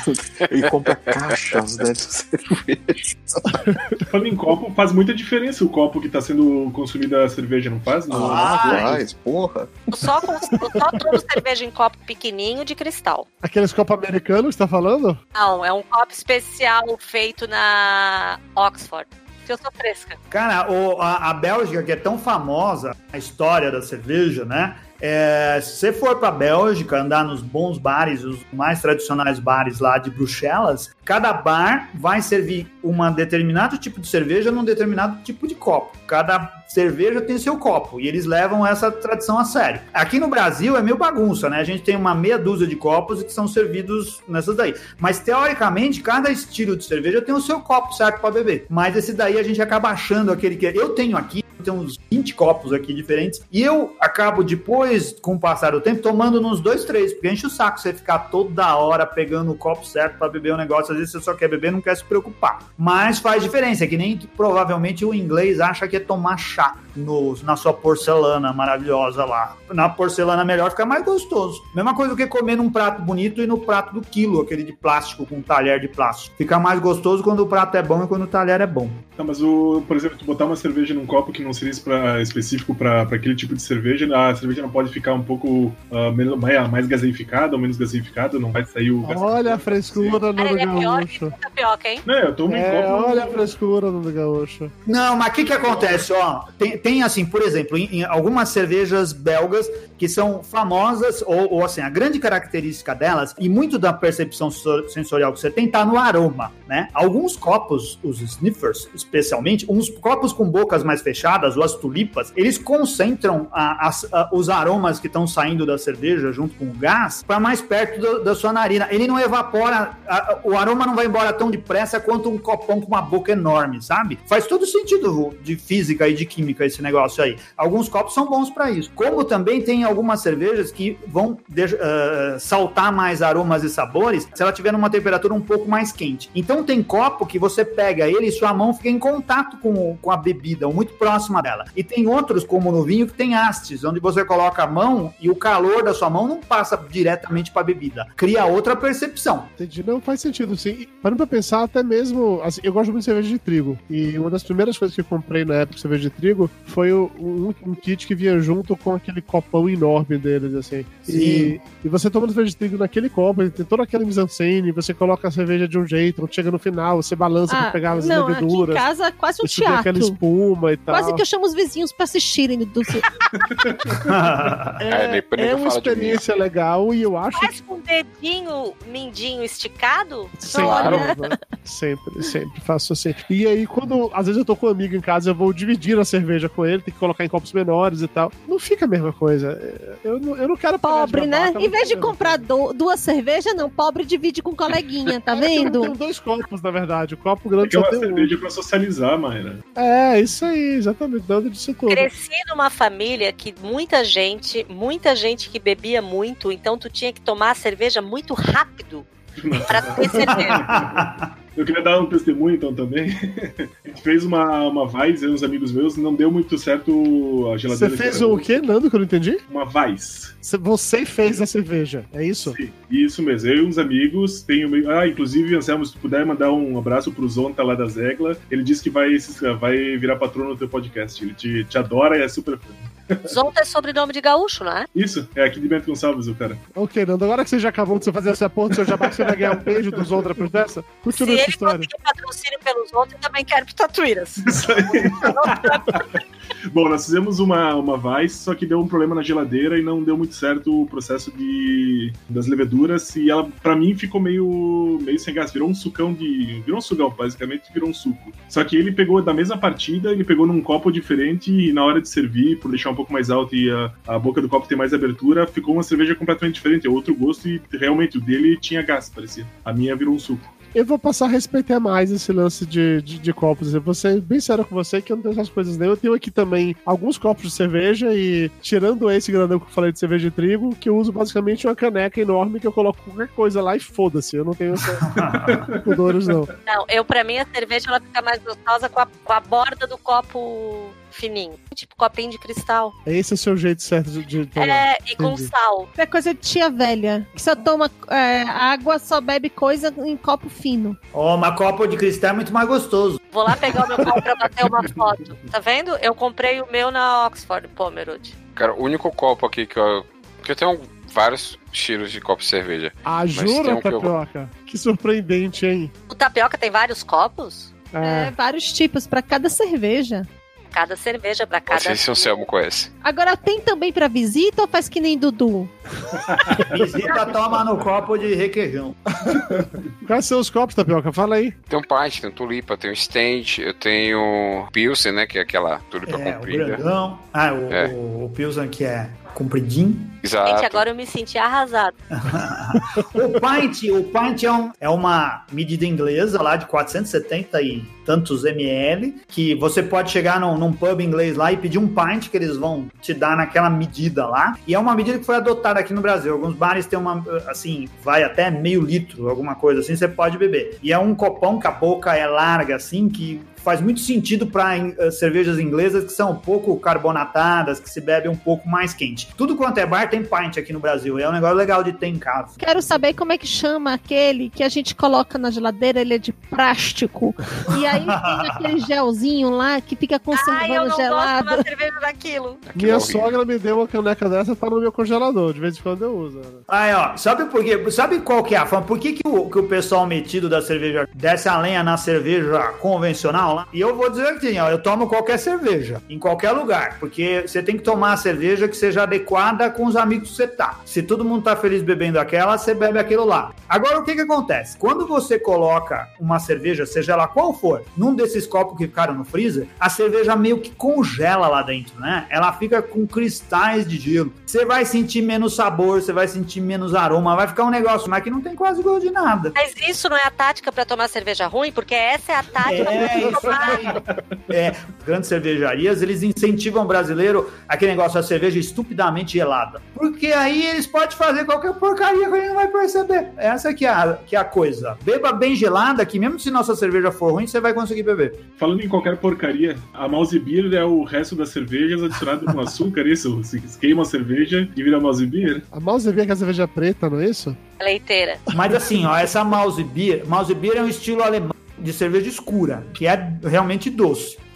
Ele compra caixas, né, de cerveja. Falando em copo, faz muita diferença o copo que tá sendo consumida a cerveja, não faz? Não. Ah, faz, porra. Eu só, eu só tomo cerveja em copo pequenininho de cristal. Aqueles copos americanos que você tá falando? Não, é um copo especial feito na Oxford. Eu sou fresca. Cara, o, a, a Bélgica, que é tão famosa na história da cerveja, né? É, se você for pra Bélgica, andar nos bons bares, os mais tradicionais bares lá de Bruxelas, cada bar vai servir um determinado tipo de cerveja num determinado tipo de copo. Cada cerveja tem seu copo e eles levam essa tradição a sério. Aqui no Brasil é meio bagunça, né? A gente tem uma meia dúzia de copos que são servidos nessas daí. Mas, teoricamente, cada estilo de cerveja tem o seu copo certo para beber. Mas esse daí a gente acaba achando aquele que... Eu tenho aqui, eu tenho uns vinte copos aqui diferentes e eu acabo depois, com o passar do tempo, tomando nos dois, três, porque enche o saco você ficar toda hora pegando o copo certo para beber um negócio. Às vezes você só quer beber, não quer se preocupar. Mas faz diferença, é que nem provavelmente o inglês acha que é tomar chá no, na sua porcelana maravilhosa lá. Na porcelana melhor fica mais gostoso. Mesma coisa do que comer num prato bonito e no prato do quilo, aquele de plástico, com um talher de plástico. Fica mais gostoso quando o prato é bom e quando o talher é bom. Não, mas, o, por exemplo, tu botar uma cerveja num copo que não seria pra, específico para aquele tipo de cerveja, a cerveja não pode ficar um pouco uh, menos, mais, mais gaseificada ou menos gaseificada, não vai sair o... Olha a frescura no Ele é pior gaúcho. que tapioca, hein? Não, eu tomo em É, copo... olha a frescura no gaúcho. Não, mas o que que acontece, ó? Tem, tem assim, por exemplo, em, em algumas cervejas belgas que são famosas, ou, ou assim, a grande característica delas, e muito da percepção sensorial que você tem, tá no aroma, né? Alguns copos, os sniffers, especialmente, uns copos com bocas mais fechadas, ou as tulipas, eles concentram a, a, a, os aromas que estão saindo da cerveja junto com o gás para mais perto do, da sua narina. Ele não evapora, a, o aroma não vai embora tão depressa quanto um copão com uma boca enorme, sabe? Faz todo sentido de física e de química esse negócio aí. Alguns copos são bons para isso. Como também tem algumas cervejas que vão de, uh, saltar mais aromas e sabores se ela tiver numa temperatura um pouco mais quente. Então tem copo que você pega ele e sua mão fica em contato com, com a bebida, ou muito próxima dela. E tem outros, como no vinho, que tem hastes, onde você coloca a mão e o calor da sua mão não passa diretamente para a bebida. Cria outra percepção. Entendi, não faz sentido, sim. Parando pra pensar, até mesmo, assim, eu gosto muito de cerveja de trigo, e uma das primeiras coisas que eu comprei na época de cerveja de trigo foi o, um, um kit que vinha junto com aquele copão enorme deles, assim. E, e você toma cerveja de trigo naquele copo, ele tem toda aquela mise-en-scène, você coloca a cerveja de um jeito, quando chega no final, você balança Ah, pra pegar as não, leveduras. aqui em casa é quase um você tem teatro. aquela espuma e tal. Quase que eu chamo os vizinhos pra assistirem do É, é uma experiência legal e eu acho Faz com o dedinho mindinho esticado? Sempre, né? sempre, sempre faço assim. E aí, quando às vezes eu tô com um amigo em casa, eu vou dividir a cerveja com ele, tem que colocar em copos menores e tal. Não fica a mesma coisa. Eu não, eu não quero Pobre, né? babaca, Em vez de não. comprar do- duas cervejas, não. Pobre divide com um coleguinha, tá É que eu vendo? tenho dois copos, na verdade. O copo grande Porque é só uma tem cerveja um. pra socializar, Mayra. É, isso aí, exatamente. Nada disso tudo. Cresci numa família que muita gente, muita gente que bebia muito, então tu tinha que tomar a cerveja muito rápido pra ter certeza. Eu queria dar um testemunho, então, também. A gente fez uma, uma Weiss, eu e uns amigos meus, não deu muito certo a geladeira. Você fez o quê, Nando, que eu não entendi? Uma Weiss. Você fez a cerveja, é isso? Sim, isso mesmo. Eu e uns amigos, tenho... Ah, inclusive, Anselmo, se tu puder mandar um abraço pro Zonta lá da Zegla, ele disse que vai, vai virar patrono do teu podcast. Ele te, te adora e é super fã. Zonta é sobrenome de gaúcho, não é? Isso, é aqui de Bento Gonçalves, o cara. Ok, Nando, agora que você já acabou de você fazer essa porra do seu jabá, que você vai ganhar um beijo dos outros depois dessa, continua Se essa ele história. conseguir patrocínio pelos outros, eu também quero pro Tatuíras. Isso aí. Bom, nós fizemos uma, uma Weiss, só que deu um problema na geladeira e não deu muito certo o processo de, das leveduras. E ela, pra mim, ficou meio, meio sem gás. Virou um sucão de... Virou um sugão, basicamente, virou um suco. Só que ele pegou da mesma partida, ele pegou num copo diferente e na hora de servir, por deixar um pouco mais alto e a, a boca do copo ter mais abertura, ficou uma cerveja completamente diferente. É outro gosto e realmente o dele tinha gás, parecia. A minha virou um suco. Eu vou passar a respeitar mais esse lance de, de, de copos. Eu vou ser bem sério com você que eu não tenho essas coisas nem. Eu tenho aqui também alguns copos de cerveja e, tirando esse grandão que eu falei de cerveja de trigo, que eu uso basicamente uma caneca enorme que eu coloco qualquer coisa lá e foda-se. Eu não tenho essa pudores, não. Não, eu, pra mim, a cerveja ela fica mais gostosa com a, com a borda do copo fininho. Tipo copinho de cristal. Esse é o seu jeito certo de, de tomar. É, e com Entendi. sal. É coisa de tia velha, que só toma é, água, só bebe coisa em copo fino. Ó, uma copa de cristal é muito mais gostoso. Vou lá pegar o meu copo pra bater uma foto. Tá vendo? Eu comprei o meu na Oxford Pomerode. Cara, o único copo aqui que eu... que eu tenho vários estilos de copo de cerveja. Ah, Mas jura, tem um que eu- Tapioca? Que surpreendente, hein? O Tapioca tem vários copos? É, vários tipos pra cada cerveja. Cada cerveja pra Não cada... sei se o Anselmo conhece. Agora, tem também pra visita ou faz que nem Dudu? Visita toma no copo de requeijão. Quais são os copos, Tapioca? Fala aí. Tem um pint, tem um tulipa, tem um stand, eu tenho Pilsen, né, que é aquela tulipa É, o comprida. grandão. Ah, o, É. o, o Pilsen que é compridinho. Exato. Gente, agora eu me senti arrasado. O pint, o pint é, um- é uma medida inglesa lá de quatrocentos e setenta e tantos ml, que você pode chegar num, num pub inglês lá e pedir um pint que eles vão te dar naquela medida lá. E é uma medida que foi adotada aqui no Brasil. Alguns bares têm uma, assim, vai até meio litro, alguma coisa assim, você pode beber. E é um copão que a boca é larga, assim, que faz muito sentido para cervejas inglesas que são um pouco carbonatadas, que se bebe um pouco mais quente. Tudo quanto é bar tem pint aqui no Brasil. É um negócio legal de ter em casa. Quero saber como é que chama aquele que a gente coloca na geladeira, ele é de plástico. E aí tem aquele gelzinho lá que fica conservando Ai, eu não gelado. gosto de uma cerveja daquilo. Minha sogra me deu uma caneca dessa, tá no meu congelador. De vez em quando eu uso. Né? Aí, ó, sabe por quê? Sabe qual que é a fama? Por que, que, o, que o pessoal metido da cerveja desce a lenha na cerveja convencional lá? E eu vou dizer assim, ó, eu tomo qualquer cerveja, em qualquer lugar, porque você tem que tomar a cerveja que seja adequada com os amigos que você tá. Se todo mundo tá feliz bebendo aquela, você bebe aquilo lá. Agora, o que que acontece? Quando você coloca uma cerveja, seja ela qual for, num desses copos que ficaram no freezer, a cerveja meio que congela lá dentro, né? Ela fica com cristais de gelo. Você vai sentir menos sabor, você vai sentir menos aroma, vai ficar um negócio, mas que não tem quase gosto de nada. Mas isso não é a tática pra tomar cerveja ruim? Porque essa é a tática É, pra isso tomar. É, grandes cervejarias, eles incentivam o brasileiro aquele negócio da cerveja estupidamente gelada. Porque aí eles podem fazer qualquer porcaria que a gente não vai perceber. Essa que é a, que é a coisa. Beba bem gelada, que mesmo se nossa cerveja for ruim, você vai conseguir beber. Falando em qualquer porcaria, a mouse beer é o resto das cervejas adicionado com açúcar, isso? Você queima a cerveja e vira mouse beer? A mouse beer é a cerveja preta, não é isso? Leiteira. Mas assim, ó, essa mouse beer, mouse beer é um estilo alemão de cerveja escura, que é realmente doce.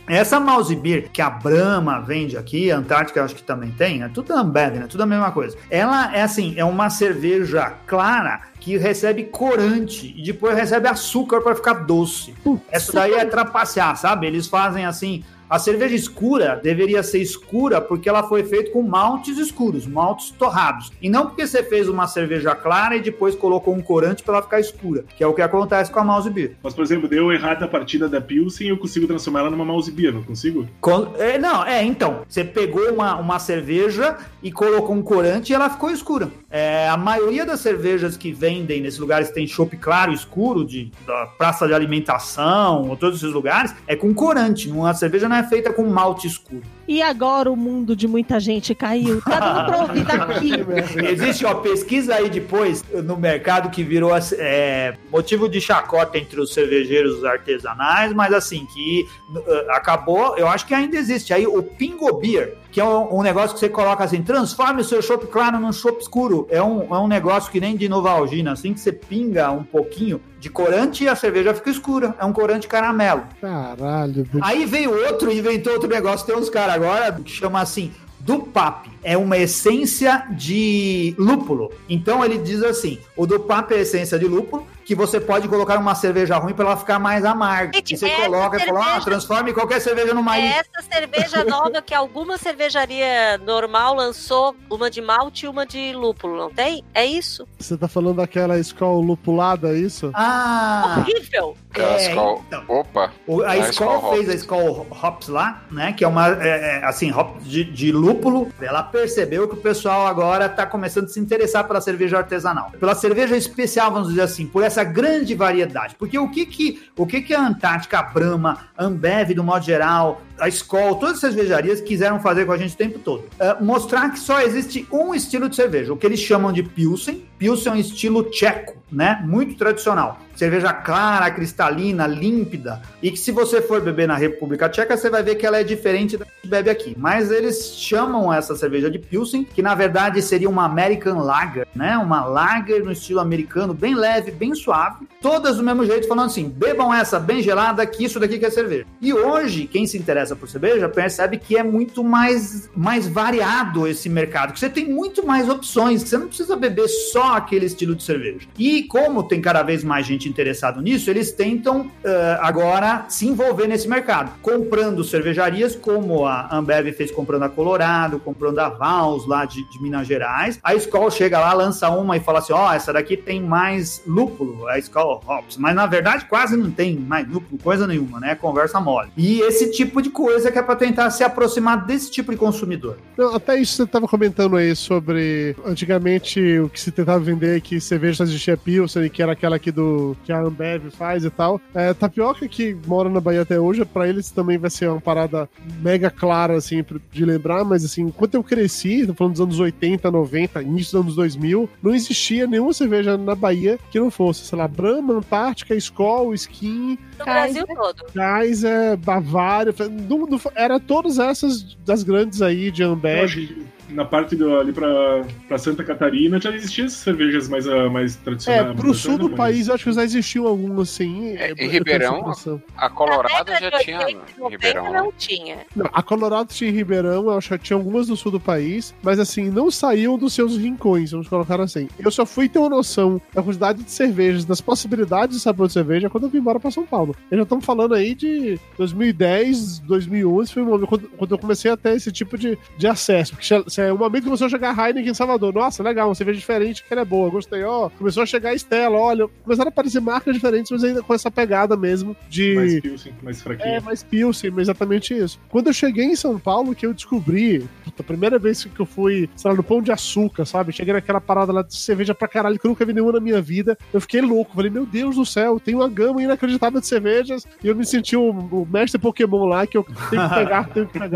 Essa Mouse Beer que a Brahma vende aqui, a Antártica eu acho que também tem, é tudo Ambev, né? Tudo a mesma coisa. Ela é assim, é uma cerveja clara que recebe corante e depois recebe açúcar para ficar doce. Essa daí é trapacear, sabe? Eles fazem assim... A cerveja escura deveria ser escura porque ela foi feita com maltes escuros, maltes torrados. E não porque você fez uma cerveja clara e depois colocou um corante para ela ficar escura, que é o que acontece com a Mouse Beer. Mas, por exemplo, deu errado a partida da Pilsen e eu consigo transformar ela numa Mouse Beer, não consigo? Com, é, não, é, então, você pegou uma, uma cerveja e colocou um corante e ela ficou escura. É, a maioria das cervejas que vendem nesses lugares que tem chopp claro e escuro, de, da praça de alimentação, ou todos esses lugares, é com corante, uma cerveja não é feita com malte escuro. E agora o mundo de muita gente caiu. Tá dando pra ouvir daqui. Existe uma pesquisa aí depois no mercado que virou é, motivo de chacota entre os cervejeiros artesanais, mas assim, que uh, acabou, eu acho que ainda existe aí o Pingo Beer, que é um, um negócio que você coloca assim, transforme o seu chopp claro num chopp escuro. É um, é um negócio que nem de Novalgina, assim que você pinga um pouquinho de corante e a cerveja fica escura. É um corante caramelo. Caralho. Aí veio outro e inventou outro negócio. Tem uns caras agora que chama assim, Dupap. É uma essência de lúpulo. Então ele diz assim, o Dupap é essência de lúpulo, que você pode colocar uma cerveja ruim para ela ficar mais amarga. Gente, e você coloca e fala, ah, transforme qualquer cerveja numa É essa cerveja nova que alguma cervejaria normal lançou, uma de malte e uma de lúpulo, não tem? É isso? Você tá falando daquela Skol lupulada, é isso? Ah! Horrível! É, a Skol... então. Opa! A, a Skol fez a Skol Hops lá, né? Que é uma, é, é, assim, hop de, de lúpulo. Ela percebeu que o pessoal agora tá começando a se interessar pela cerveja artesanal. Pela cerveja especial, vamos dizer assim, por essa grande variedade. Porque o que que, o que, que a Antártica, a Brahma, a Ambev, do modo geral, a Skol, todas as cervejarias quiseram fazer com a gente o tempo todo? Uh, mostrar que só existe um estilo de cerveja, o que eles chamam de Pilsen. Pilsen é um estilo tcheco, né? Muito tradicional. Cerveja clara, cristalina, límpida. E que se você for beber na República Tcheca, você vai ver que ela é diferente da que bebe aqui. Mas eles chamam essa cerveja de Pilsen, que na verdade seria uma American Lager, né? Uma Lager no estilo americano, bem leve, bem suave. Todas do mesmo jeito, falando assim, bebam essa bem gelada, que isso daqui que é cerveja. E hoje, quem se interessa por cerveja, percebe que é muito mais, mais variado esse mercado, que você tem muito mais opções, que você não precisa beber só aquele estilo de cerveja. E como tem cada vez mais gente interessado nisso, eles tentam uh, agora se envolver nesse mercado, comprando cervejarias como a Ambev fez comprando a Colorado, comprando a Vals lá de, de Minas Gerais. A Skol chega lá, lança uma e fala assim, ó, oh, essa daqui tem mais lúpulo, a Skol Hops, mas na verdade quase não tem mais lúpulo, coisa nenhuma, né? Conversa mole. E esse tipo de coisa que é para tentar se aproximar desse tipo de consumidor. Não, até isso você estava comentando aí sobre antigamente o que se tentava vender que cerveja só existia Pilsen, que era aquela aqui do que a Ambev faz e tal. É, Tapioca, que mora na Bahia até hoje, pra eles também vai ser uma parada mega clara, assim, de lembrar, mas assim, enquanto eu cresci, tô falando dos anos oitenta, noventa, início dos anos dois mil, não existia nenhuma cerveja na Bahia que não fosse, sei lá, Brahma, Antártica, Skol, Skin... No Brasil todo. Kaiser, Bavária, do, do, era todas essas das grandes aí de Ambev. Na parte do, ali pra, pra Santa Catarina já existiam essas cervejas mais, uh, mais tradicionais. É, pro sul do mas... país eu acho que já existiam algumas, sim. É, em Ribeirão, a Colorado já tinha em Ribeirão. Não tinha. Não, a Colorado tinha em Ribeirão, eu acho que tinha algumas no sul do país, mas assim, não saíam dos seus rincões, vamos colocar assim. Eu só fui ter uma noção da quantidade de cervejas, das possibilidades de sabor de cerveja quando eu vim embora pra São Paulo. Já estamos falando aí de dois mil e dez, dois mil e onze, foi o momento quando, quando eu comecei a ter esse tipo de, de acesso, porque um amigo começou a chegar Heineken em Salvador. Nossa, legal, uma cerveja diferente, que ela é boa, gostei. Ó, começou a chegar a Stella, olha, começaram a aparecer marcas diferentes, mas ainda com essa pegada mesmo de... Mais Pilsen, mais fraquinho. É, mais Pilsen, exatamente isso. Quando eu cheguei em São Paulo, que eu descobri, puta, a primeira vez que eu fui, sei lá, no Pão de Açúcar, sabe? Cheguei naquela parada lá de cerveja pra caralho, que eu nunca vi nenhuma na minha vida. Eu fiquei louco, falei, meu Deus do céu, tem uma gama inacreditável de cervejas, e eu me senti o, o mestre Pokémon lá, que eu tenho que pegar, tenho que pegar.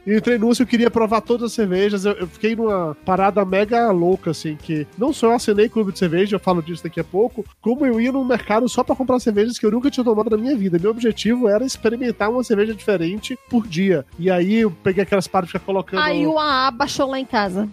E eu entrei no U S, eu queria provar todas as cervejas. Eu, eu fiquei numa parada mega louca, assim, que não só eu assinei clube de cerveja, eu falo disso daqui a pouco, como eu ia no mercado só pra comprar cervejas que eu nunca tinha tomado na minha vida. Meu objetivo era experimentar uma cerveja diferente por dia. E aí eu peguei aquelas paradas de ficar colocando... Aí o A A baixou lá em casa.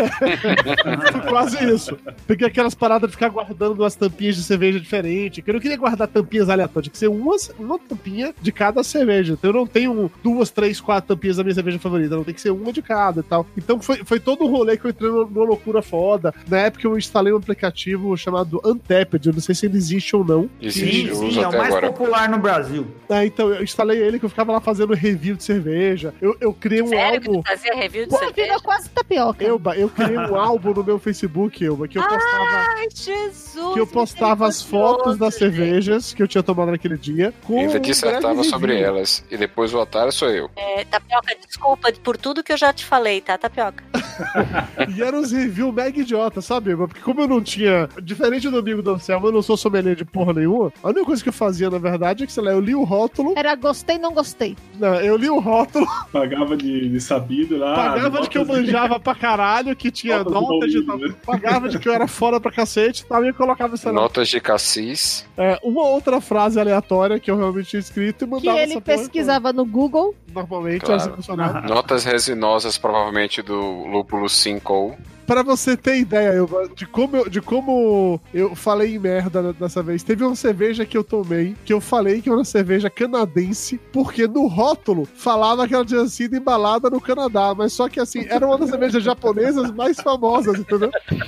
Quase isso. Peguei aquelas paradas de ficar guardando umas tampinhas de cerveja diferente, que eu não queria guardar tampinhas aleatórias, tinha que ser uma, uma tampinha de cada cerveja. Então eu não tenho duas, três, quatro tampinhas da minha cerveja favorita, não tem que ser uma de cada e tal. Então foi, foi todo um rolê que eu entrei numa loucura foda. Na época eu instalei um aplicativo chamado Untapped, eu não sei se ele existe ou não. Existe, sim, sim, é o mais agora. popular no Brasil. É, então eu instalei ele, que eu ficava lá fazendo review de cerveja. Eu, eu criei um Sério álbum... que tu fazia review de Pô, cerveja? virou quase tapioca. Eu, eu criei um álbum no meu Facebook, Elba, que eu postava... Ai, Jesus! Que eu postava as fotos das cervejas que eu tinha tomado naquele dia. E ainda dissertava um sobre elas. E depois o otário sou eu. É, Tapioca, desculpa por tudo que eu já te falei, tá, Tapioca? E eram uns reviews mega idiota, sabe, Elba? Porque como eu não tinha... Diferente do amigo do Anselmo, eu não sou sommelier de porra nenhuma. A única coisa que eu fazia, na verdade, é que, sei lá, eu li o rótulo... Era gostei, não gostei. Não, eu li o rótulo... Pagava de, de sabido lá. Pagava de que eu manjava pra caralho, que tinha notas, notas de tal. Né? Pagava de que eu era foda pra cacete e tal, e eu colocava essa notas de cassis. É, uma outra frase aleatória que eu realmente tinha escrito e mandava. Que ele pesquisava no Google. Normalmente, claro. Notas resinosas, provavelmente do lúpulo cinco. Pra você ter ideia, eu, de, como eu, de como eu falei em merda dessa vez, teve uma cerveja que eu tomei, que eu falei que era uma cerveja canadense, porque no rótulo falava que ela tinha sido embalada no Canadá, mas só que assim, era uma das cervejas japonesas mais famosas, entendeu?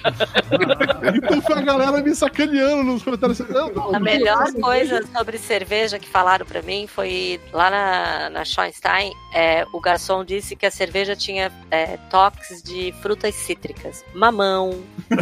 Então foi a galera me sacaneando nos comentários. Não, não, a melhor coisa sobre cerveja que falaram pra mim foi lá na, na Schoenstein, é, o garçom disse que a cerveja tinha é, toques de frutas cítricas. Mamão.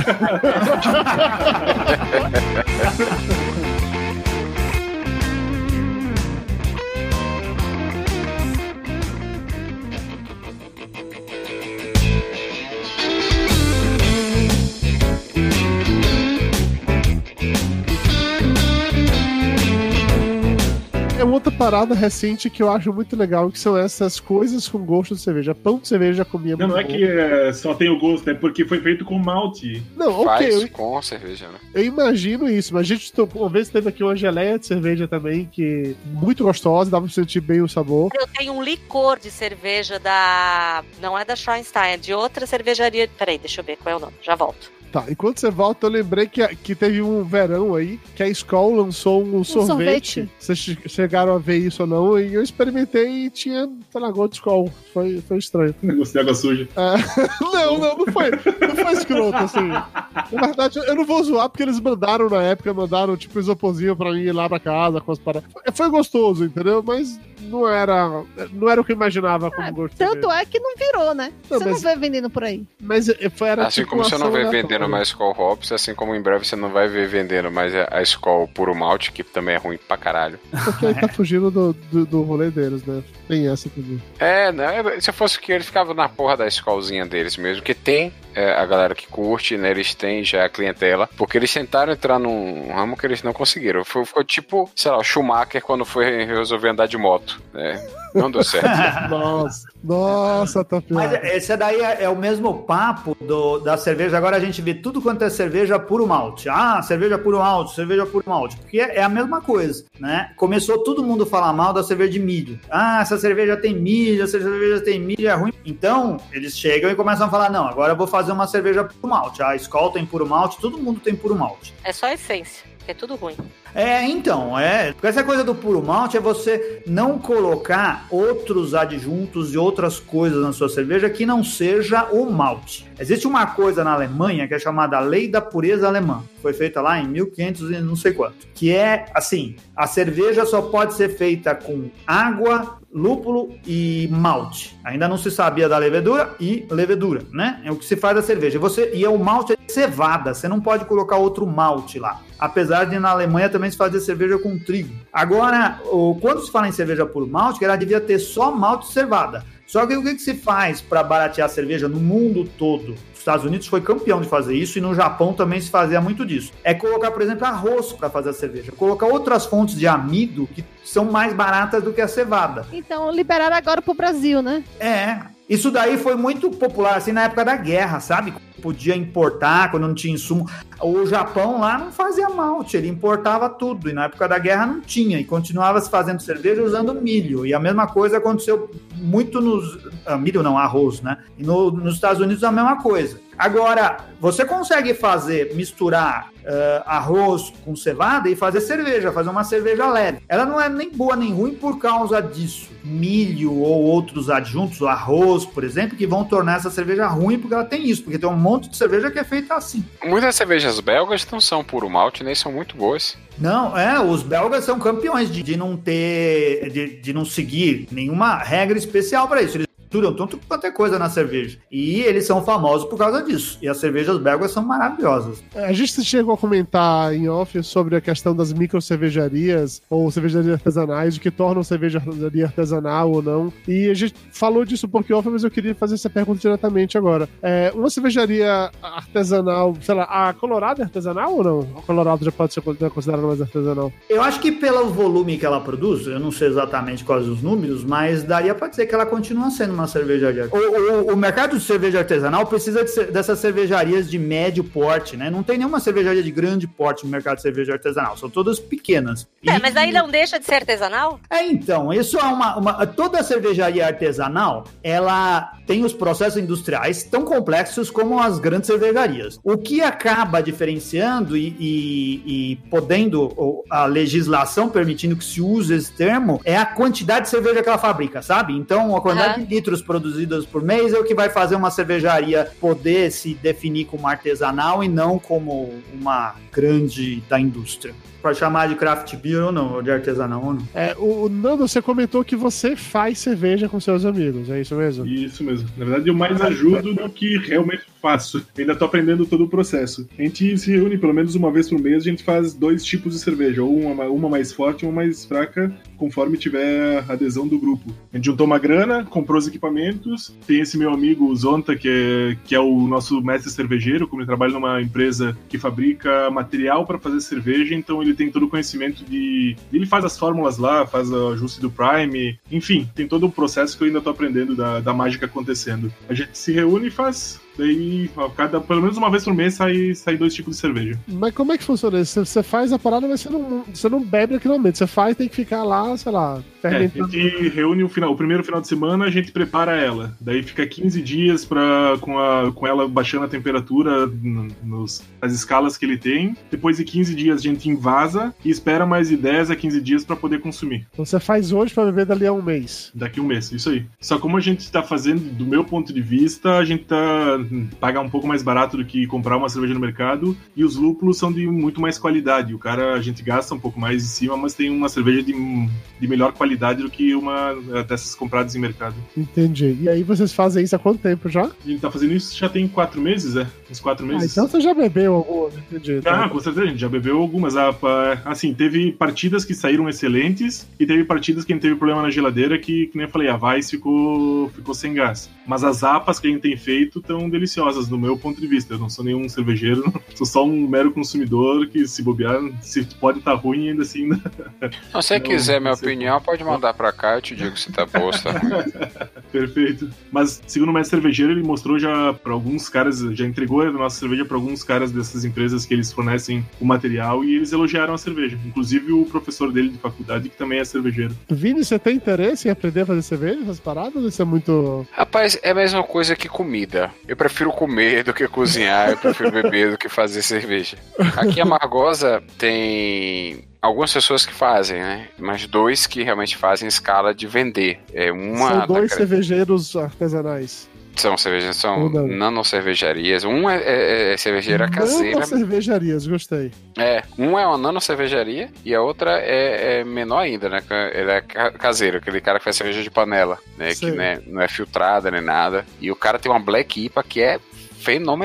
É uma outra parada recente que eu acho muito legal, que são essas coisas com gosto de cerveja. Pão de cerveja já comia não, muito não é bom. que é, só tem o gosto, é porque foi feito com malte. Não, ok. Faz eu, com cerveja, né? Eu imagino isso, mas a gente uma vez teve aqui uma geleia de cerveja também, que muito gostosa, dava pra sentir bem o sabor. Eu tenho um licor de cerveja da... Não é da Schoenstein, é de outra cervejaria. Peraí, deixa eu ver qual é o nome, já volto. Tá, enquanto você volta, eu lembrei que, que teve um verão aí, que a Skol lançou um, um sorvete. sorvete. Vocês chegaram a ver isso ou não? E eu experimentei e tinha, sei lá, gosto de Skol. Foi, foi estranho. Gostei de água suja. É, não, não, não foi, não foi escroto, assim. Na verdade, eu não vou zoar, porque eles mandaram na época, mandaram tipo isoporzinho pra mim ir lá pra casa com as paradas. Foi gostoso, entendeu? Mas não era, não era o que eu imaginava como ah, gosto. Tanto é que não virou, né? Não, você mas... não vê vendendo por aí. Mas foi, era assim tipo como você não vê aleatória. vendendo mais Skol Hops, assim como em breve você não vai ver vendendo mais a Skol Puro Malte, que também é ruim pra caralho. Porque aí tá fugindo do, do, do rolê deles, né? Tem essa também. É, né? Se fosse que ele ficava na porra da Skolzinha deles mesmo, que tem é, a galera que curte, né? Eles têm já a clientela, porque eles tentaram entrar num ramo que eles não conseguiram. Foi, ficou tipo, sei lá, o Schumacher quando foi resolver andar de moto, né? Não deu certo. Nossa, nossa, tá pior. Mas esse daí é, é o mesmo papo do, da cerveja. Agora a gente vê tudo quanto é cerveja puro malte. Ah, cerveja puro malte, cerveja puro malte. Porque é, é a mesma coisa, né? Começou todo mundo a falar mal da cerveja de milho. Ah, essa cerveja tem milho, essa cerveja tem milho, é ruim. Então, eles chegam e começam a falar, não, agora eu vou fazer uma cerveja puro malte. A Skol tem puro malte, todo mundo tem puro malte. É só essência, que é tudo ruim. É, então, é. Porque essa coisa do puro malte é você não colocar outros adjuntos e outras coisas na sua cerveja que não seja o malte. Existe uma coisa na Alemanha que é chamada Lei da Pureza Alemã. Foi feita lá em mil e quinhentos e não sei quanto. Que é, assim, a cerveja só pode ser feita com água, lúpulo e malte. Ainda não se sabia da levedura e levedura, né? É o que se faz da cerveja. Você, e é o malte é cevada, você não pode colocar outro malte lá. Apesar de na Alemanha também se fazer cerveja com trigo. Agora, o, quando se fala em cerveja puro malte, ela devia ter só malte e cevada. Só que o que, que se faz para baratear a cerveja no mundo todo? Os Estados Unidos foi campeão de fazer isso e no Japão também se fazia muito disso. É colocar, por exemplo, arroz para fazer a cerveja. Colocar outras fontes de amido que são mais baratas do que a cevada. Então, liberaram agora pro Brasil, né? É, Isso daí foi muito popular, assim, na época da guerra, sabe? Podia importar, quando não tinha insumo. O Japão lá não fazia malte, ele importava tudo. E na época da guerra não tinha. E continuava se fazendo cerveja usando milho. E a mesma coisa aconteceu muito nos... Ah, milho não, arroz, né? E no, nos Estados Unidos a mesma coisa. Agora, você consegue fazer, misturar uh, arroz com cevada e fazer cerveja, fazer uma cerveja leve. Ela não é nem boa nem ruim por causa disso. Milho ou outros adjuntos, o arroz, por exemplo, que vão tornar essa cerveja ruim porque ela tem isso, porque tem um monte de cerveja que é feita assim. Muitas cervejas belgas não são puro malte, nem são muito boas. Não, é, os belgas são campeões de, de não ter, de, de não seguir nenhuma regra especial para isso. Eles misturam tanto quanto é coisa na cerveja. E eles são famosos por causa disso. E as cervejas belgas são maravilhosas. A gente chegou a comentar em off sobre a questão das micro cervejarias ou cervejarias artesanais, o que tornam cervejaria artesanal ou não. E a gente falou disso um pouquinho off, mas eu queria fazer essa pergunta diretamente agora. É, uma cervejaria artesanal, sei lá, a Colorado é artesanal ou não? A Colorado já pode ser considerada mais artesanal? Eu acho que pelo volume que ela produz, eu não sei exatamente quais os números, mas daria pra dizer que ela continua sendo uma cervejaria. O, o, o mercado de cerveja artesanal precisa de ser, dessas cervejarias de médio porte, né? Não tem nenhuma cervejaria de grande porte no mercado de cerveja artesanal, são todas pequenas. É, e, mas aí não deixa de ser artesanal? É, então, isso é uma, uma... Toda cervejaria artesanal, ela tem os processos industriais tão complexos como as grandes cervejarias. O que acaba diferenciando e, e, e podendo a legislação permitindo que se use esse termo é a quantidade de cerveja que ela fabrica, sabe? Então, a quantidade uhum. de litros produzidos por mês é o que vai fazer uma cervejaria poder se definir como artesanal e não como uma grande da indústria. Pode chamar de craft beer ou não, ou de artesanal ou não. É, o, o Nando, você comentou que você faz cerveja com seus amigos, é isso mesmo? Isso mesmo. Na verdade, eu mais ajudo do que realmente faço. Eu ainda tô aprendendo todo o processo. A gente se reúne pelo menos uma vez por mês, a gente faz dois tipos de cerveja, ou uma, uma mais forte e uma mais fraca, conforme tiver a adesão do grupo. A gente juntou uma grana, comprou os equipamentos, tem esse meu amigo, o Zonta, que é, que é o nosso mestre cervejeiro, como ele trabalha numa empresa que fabrica material para fazer cerveja, então ele tem todo o conhecimento de... Ele faz as fórmulas lá, faz o ajuste do Prime, enfim, tem todo o processo que eu ainda tô aprendendo da, da mágica acontecendo. A gente se reúne e faz... Daí, ó, cada, pelo menos uma vez por mês sai, sai dois tipos de cerveja. Mas como é que funciona isso? Você faz a parada, mas você não, você não bebe naquele momento. Você faz e tem que ficar lá, sei lá, fermentando. É, a gente reúne o, final, o primeiro final de semana, a gente prepara ela. Daí fica quinze dias pra, com, a, com ela baixando a temperatura nos, nas escalas que ele tem. Depois de quinze dias a gente invasa e espera mais de dez a quinze dias pra poder consumir. Então você faz hoje pra beber dali a um mês? Daqui a um mês, isso aí. Só como a gente tá fazendo, do meu ponto de vista, a gente tá... pagar um pouco mais barato do que comprar uma cerveja no mercado, e os lúpulos são de muito mais qualidade. O cara, a gente gasta um pouco mais em cima, mas tem uma cerveja de, de melhor qualidade do que uma dessas compradas em mercado. Entendi. E aí vocês fazem isso há quanto tempo já? A gente tá fazendo isso já tem quatro meses, é? Uns quatro meses. Ah, então você já bebeu algumas, entendi. Ah, com certeza, a gente já bebeu algumas. Assim, teve partidas que saíram excelentes e teve partidas que a gente teve problema na geladeira que, que nem eu falei, a Weiss ficou, ficou sem gás. Mas as A P As que a gente tem feito estão deliciosas. Do meu ponto de vista, eu não sou nenhum cervejeiro, sou só um mero consumidor que, se bobear, se pode estar tá ruim, ainda assim. Não, se você quiser minha opinião, pode mandar pra cá, eu te digo se tá boa ou se tá ruim. Perfeito. Mas, segundo o mestre cervejeiro, ele mostrou já pra alguns caras, já entregou a nossa cerveja pra alguns caras dessas empresas que eles fornecem o material e eles elogiaram a cerveja. Inclusive o professor dele de faculdade, que também é cervejeiro. Vini, você tem interesse em aprender a fazer cerveja, essas paradas? Isso é muito... Rapaz, é a mesma coisa que comida. Eu prefiro comer do que cozinhar, eu prefiro beber do que fazer cerveja. Aqui a Margosa tem algumas pessoas que fazem, né? Mas dois que realmente fazem escala de vender. É uma São dois da... cervejeiros artesanais. São cervejas, são nanocervejarias. Um é, é, é cervejeira caseira. Nanocervejarias, gostei. É, um é uma nanocervejaria e a outra é, é menor ainda, né? Ela é caseira, aquele cara que faz cerveja de panela, né? Sei. Que né, não é filtrada nem nada. E o cara tem uma Black I P A que é fenomenal.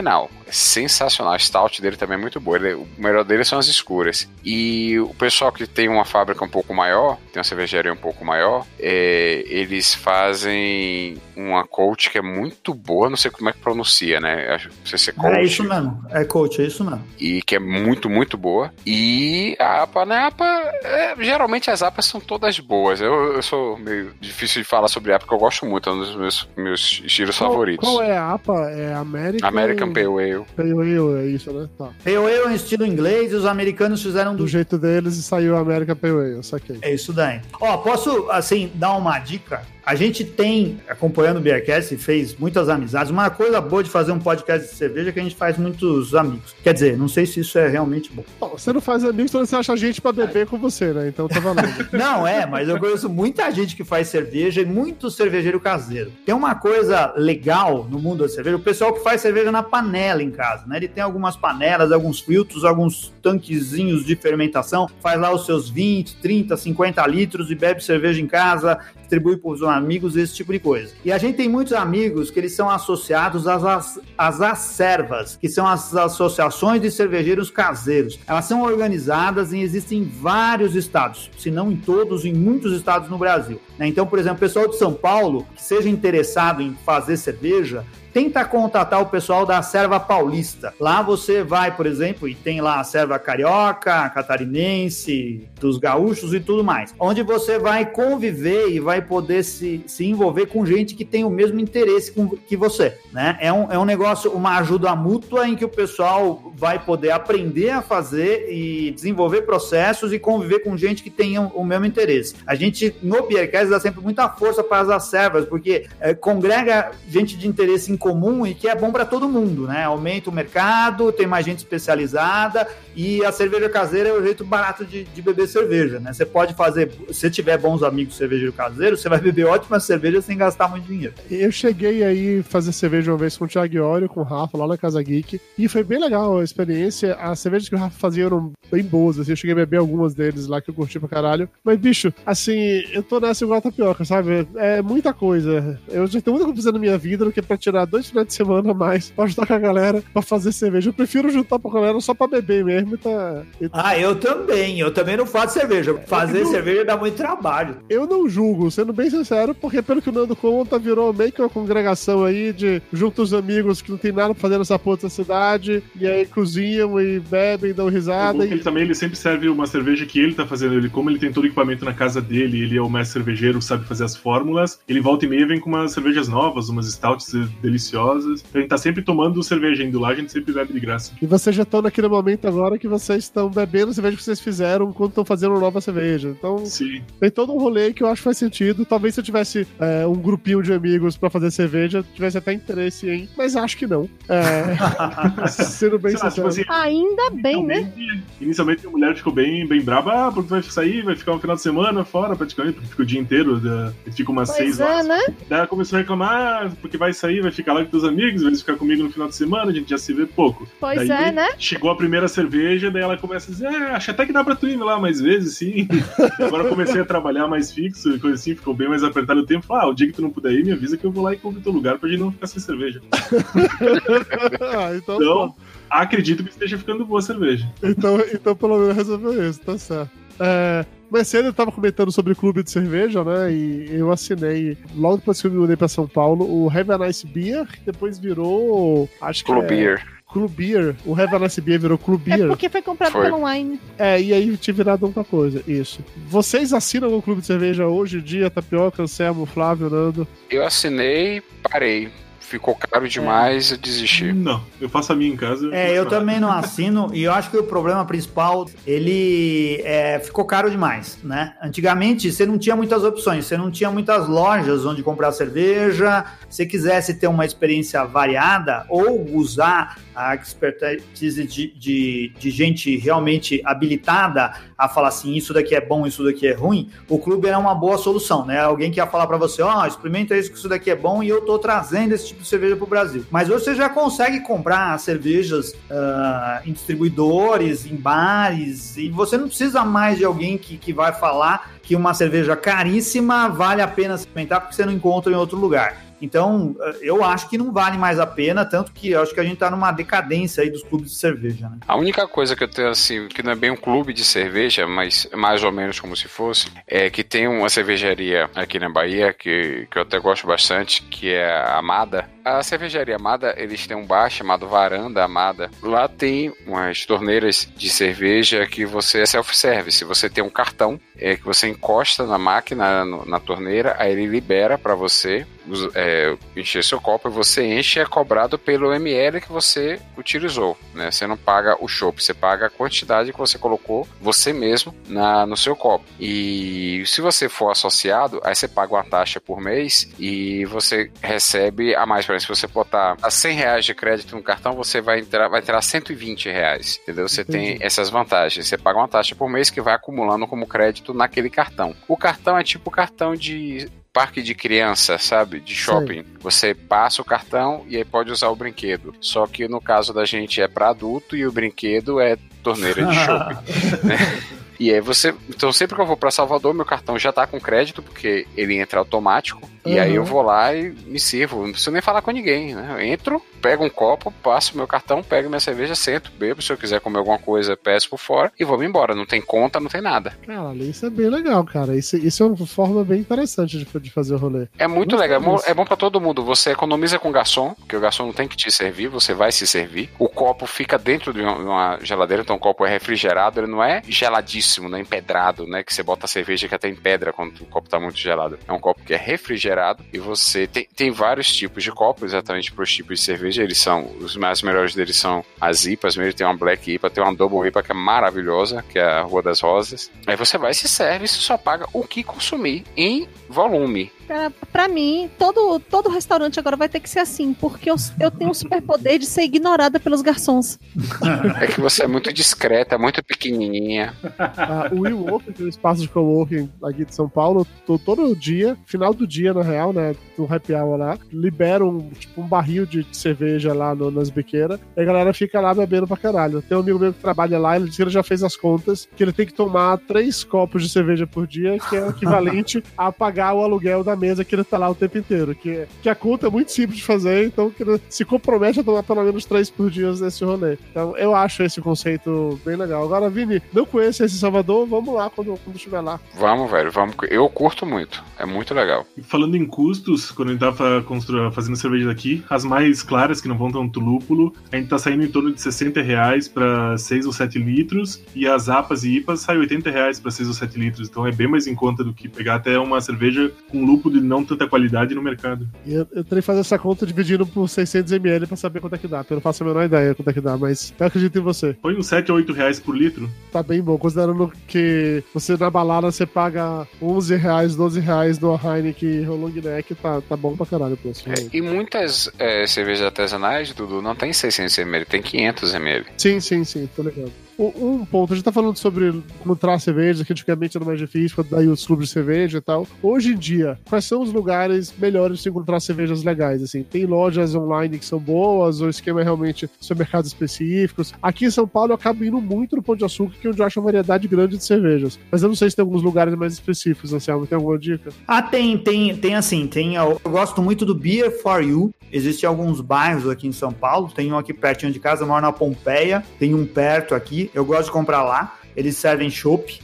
sensacional. A stout dele também é muito boa. Ele, o melhor dele são as escuras. E o pessoal que tem uma fábrica um pouco maior, tem uma cervejaria um pouco maior, é, eles fazem uma Colt que é muito boa, não sei como é que pronuncia, né? Não sei se é Colt. É isso mesmo, é Colt, é isso mesmo. E que é muito, muito boa. E a A P A, né? A A P A, é, geralmente as A P As são todas boas. Eu, eu sou meio difícil de falar sobre A P A porque eu gosto muito, é um dos meus, meus estilos qual, favoritos. Qual é a A P A? É American... American Pale Ale. Pale Ale, é isso, né? Tá. Pale Ale é um estilo inglês e os americanos fizeram do, do jeito deles e saiu a American Pale Ale, saquei. É isso daí. Ó, posso, assim, dar uma dica? A gente tem, acompanhando o Beercast, fez muitas amizades. Uma coisa boa de fazer um podcast de cerveja é que a gente faz muitos amigos. Quer dizer, não sei se isso é realmente bom. Bom, você não faz amigos, então você acha gente pra beber com você, né? Então tá valendo. Não, é, mas eu conheço muita gente que faz cerveja e muito cervejeiro caseiro. Tem uma coisa legal no mundo da cerveja, o pessoal que faz cerveja na panela em casa, né? Ele tem algumas panelas, alguns filtros, alguns tanquezinhos de fermentação, faz lá os seus vinte, trinta, cinquenta litros e bebe cerveja em casa, distribui para os amigos, esse tipo de coisa. E a gente tem muitos amigos que eles são associados às, às, às ACERVAs, que são as associações de cervejeiros caseiros. Elas são organizadas e existem em vários estados, se não em todos, em muitos estados no Brasil. Então, por exemplo, o pessoal de São Paulo, que seja interessado em fazer cerveja, tenta contatar o pessoal da Acerva Paulista. Lá você vai, por exemplo, e tem lá a Acerva Carioca, Catarinense, dos gaúchos e tudo mais, onde você vai conviver e vai poder se, se envolver com gente que tem o mesmo interesse com, que você, né? É um, é um negócio, uma ajuda mútua em que o pessoal vai poder aprender a fazer e desenvolver processos e conviver com gente que tenha o mesmo interesse. A gente, no Beercast, dá sempre muita força para as Acervas, porque é, congrega gente de interesse em comum e que é bom para todo mundo, né? Aumenta o mercado, tem mais gente especializada e a cerveja caseira é o jeito barato de, de beber cerveja, né? Você pode fazer, se tiver bons amigos cervejeiro caseiro, você vai beber ótima cerveja sem gastar muito dinheiro. Eu cheguei aí fazer cerveja uma vez com o Thiago Iório, com o Rafa, lá na Casa Geek, e foi bem legal a experiência. As cervejas que o Rafa fazia eram bem boas, assim, eu cheguei a beber algumas deles lá que eu curti pra caralho. Mas, bicho, assim, eu tô nessa igual a tapioca, sabe? É muita coisa. Eu já tenho muita coisa fazendo na minha vida do que pra tirar dois finais de semana a mais pra juntar com a galera pra fazer cerveja. Eu prefiro juntar com a galera só pra beber mesmo e tá... E... Ah, eu também. Eu também não faço cerveja. Fazer não... cerveja dá muito trabalho. Eu não julgo, sendo bem sincero, porque pelo que o Nando conta, virou meio que uma congregação aí de juntos os amigos que não tem nada pra fazer nessa porra da cidade, e aí cozinham e bebem, dão risada. É e... Ele também ele sempre serve uma cerveja que ele tá fazendo. Ele, como ele tem todo o equipamento na casa dele, ele é o mestre cervejeiro, sabe fazer as fórmulas, ele volta e meia vem com umas cervejas novas, umas stouts deliciosas. A gente tá sempre tomando cerveja indo lá, a gente sempre bebe de graça. E vocês já estão naquele momento agora que vocês estão bebendo a cerveja que vocês fizeram enquanto estão fazendo uma nova cerveja. Então, sim, tem todo um rolê que eu acho que faz sentido. Talvez se eu tivesse é, um grupinho de amigos pra fazer cerveja, tivesse até interesse em, mas acho que não. É... Sendo bem lá, sincero. Tipo assim, ainda bem, né? Inicialmente a mulher ficou bem, bem brava, ah, porque vai sair, vai ficar um final de semana fora praticamente, porque fica o dia inteiro, fica umas pois seis é, horas. Né? Daí ela começou a reclamar, porque vai sair, vai ficar lá com teus amigos, vai ficar comigo no final de semana, a gente já se vê pouco. Pois daí, é, né? Chegou a primeira cerveja, daí ela começa a dizer, ah, acho até que dá pra tu ir lá mais vezes, sim. Agora eu comecei a trabalhar mais fixo e coisa assim, ficou bem mais apertado o tempo. Ah, o dia que tu não puder ir, me avisa que eu vou lá e compro teu lugar pra gente não ficar sem cerveja. ah, então, então acredito que esteja ficando boa a cerveja. Então, então pelo menos resolveu isso, tá certo. É, mas cedo eu tava comentando sobre o clube de cerveja, né? E eu assinei, logo depois que eu me mudei pra São Paulo, o Have a Nice Beer, que depois virou. Acho que. Club é, Beer. Club Beer. O Have a Nice Beer virou Club Beer. É porque foi comprado foi. pelo Wine. É, e aí tinha virado outra coisa. Isso. Vocês assinam o clube de cerveja hoje em dia? Tapioca, Anselmo, Flávio, Nando? Eu assinei, parei. Ficou caro demais, é. eu desisti. Não, eu faço a minha em casa. É, eu também não assino, e eu acho que o problema principal, ele é, ficou caro demais, né? Antigamente, você não tinha muitas opções, você não tinha muitas lojas onde comprar cerveja, se quisesse ter uma experiência variada, ou usar a expertise de, de, de gente realmente habilitada a falar assim, isso daqui é bom, isso daqui é ruim, o clube era uma boa solução, né? Alguém que ia falar pra você, ó, oh, experimenta isso, que isso daqui é bom, e eu tô trazendo esse tipo de cerveja pro Brasil. Mas hoje você já consegue comprar cervejas uh, em distribuidores, em bares, e você não precisa mais de alguém que, que vai falar que uma cerveja caríssima vale a pena experimentar porque você não encontra em outro lugar. Então, eu acho que não vale mais a pena, tanto que eu acho que a gente tá numa decadência aí dos clubes de cerveja, né? A única coisa que eu tenho, assim, que não é bem um clube de cerveja, mas mais ou menos como se fosse, é que tem uma cervejaria aqui na Bahia, que, que eu até gosto bastante, que é a Amada. A cervejaria Amada, eles têm um bar chamado Varanda Amada. Lá tem umas torneiras de cerveja que você é self-service. Você tem um cartão é, que você encosta na máquina, no, na torneira, aí ele libera para você é, encher seu copo e você enche e é cobrado pelo ml que você utilizou, né? Você não paga o chopp, você paga a quantidade que você colocou você mesmo na, no seu copo. E se você for associado, aí você paga uma taxa por mês e você recebe a mais. Por exemplo, se você botar a cem reais de crédito no cartão, você vai entrar, vai entrar cento e vinte reais, entendeu? Você Entendi. Tem essas vantagens. Você paga uma taxa por mês que vai acumulando como crédito naquele cartão. O cartão é tipo cartão de parque de criança, sabe? De shopping. Sim. Você passa o cartão e aí pode usar o brinquedo. Só que no caso da gente é para adulto e o brinquedo é torneira de shopping. Né? E aí você... Então sempre que eu vou pra Salvador, meu cartão já tá com crédito, porque ele entra automático. Uhum. E aí eu vou lá e me sirvo. Não preciso nem falar com ninguém, né? Eu entro, pego um copo, passo meu cartão, pego minha cerveja, sento, bebo. Se eu quiser comer alguma coisa, peço por fora e vou me embora. Não tem conta, não tem nada. Cara, isso é bem legal, cara. Isso, isso é uma forma bem interessante de, de fazer o rolê. É muito Não legal. É bom pra todo mundo. Você economiza com o garçom, porque o garçom não tem que te servir, você vai se servir. O copo fica dentro de uma geladeira, então o copo é refrigerado, ele não é geladíssimo, né? Empedrado, né? Que você bota a cerveja que até em pedra quando o copo tá muito gelado. É um copo que é refrigerado e você tem, tem vários tipos de copos, exatamente para os tipos de cerveja. Eles são, os mais melhores deles são as I P As mesmo. Tem uma Black I P A, tem uma Double I P A que é maravilhosa, que é a Rua das Rosas. Aí você vai e se serve e você só paga o que consumir em volume. Pra, pra mim, todo, todo restaurante agora vai ter que ser assim, porque eu, eu tenho um superpoder de ser ignorada pelos garçons. É que você é muito discreta, muito pequenininha. Ah, o WeWork, que é o espaço de coworking aqui de São Paulo, tô, todo dia, final do dia, na real, né, no happy hour lá, liberam um, tipo, um barril de cerveja lá no, nas biqueiras, e a galera fica lá bebendo pra caralho. Tem um amigo meu que trabalha lá, ele disse que ele já fez as contas, que ele tem que tomar três copos de cerveja por dia, que é o equivalente a pagar o aluguel da mesa que ele tá lá o tempo inteiro, que, que a conta é muito simples de fazer, então que ele se compromete a tomar pelo menos três por dia nesse rolê. Então eu acho esse conceito bem legal. Agora, Vini, não conheço esse Salvador, vamos lá quando, quando estiver lá. Vamos, velho, vamos. Eu curto muito, é muito legal. E falando em custos, quando a gente tava constru... fazendo cerveja daqui, as mais claras, que não vão tanto lúpulo, a gente tá saindo em torno de sessenta reais pra seis ou sete litros, e as A P As e I P As saem oitenta reais pra seis ou sete litros, então é bem mais em conta do que pegar até uma cerveja com lúpulo de não tanta qualidade no mercado. E eu, eu teria que fazer essa conta dividindo por seiscentos mililitros pra saber quanto é que dá, porque eu não faço a menor ideia quanto é que dá, mas eu acredito em você. Põe uns sete ou oito reais por litro. Tá bem bom, considerando que você na balada você paga onze reais, doze reais no Heineken ou Long Neck, tá, tá bom pra caralho o preço. É, e muitas é, cervejas artesanais, Dudu, não tem seiscentos mililitros, tem quinhentos mililitros. Sim, sim, sim, tô ligado. Um ponto, a gente tá falando sobre encontrar cerveja, que antigamente era mais difícil, quando daí os clubes de cerveja e tal. Hoje em dia, quais são os lugares melhores de se encontrar cervejas legais? Assim, tem lojas online que são boas, ou o esquema é realmente supermercados específicos? Aqui em São Paulo eu acabo indo muito no Pão de Açúcar, que é onde eu acho uma variedade grande de cervejas. Mas eu não sei se tem alguns lugares mais específicos, Anselmo, tem alguma dica? Ah, tem, tem, tem assim, tem, eu gosto muito do Beer for You. Existem alguns bairros aqui em São Paulo, tem um aqui pertinho de casa, eu moro na Pompeia, tem um perto aqui, eu gosto de comprar lá. Eles servem chopp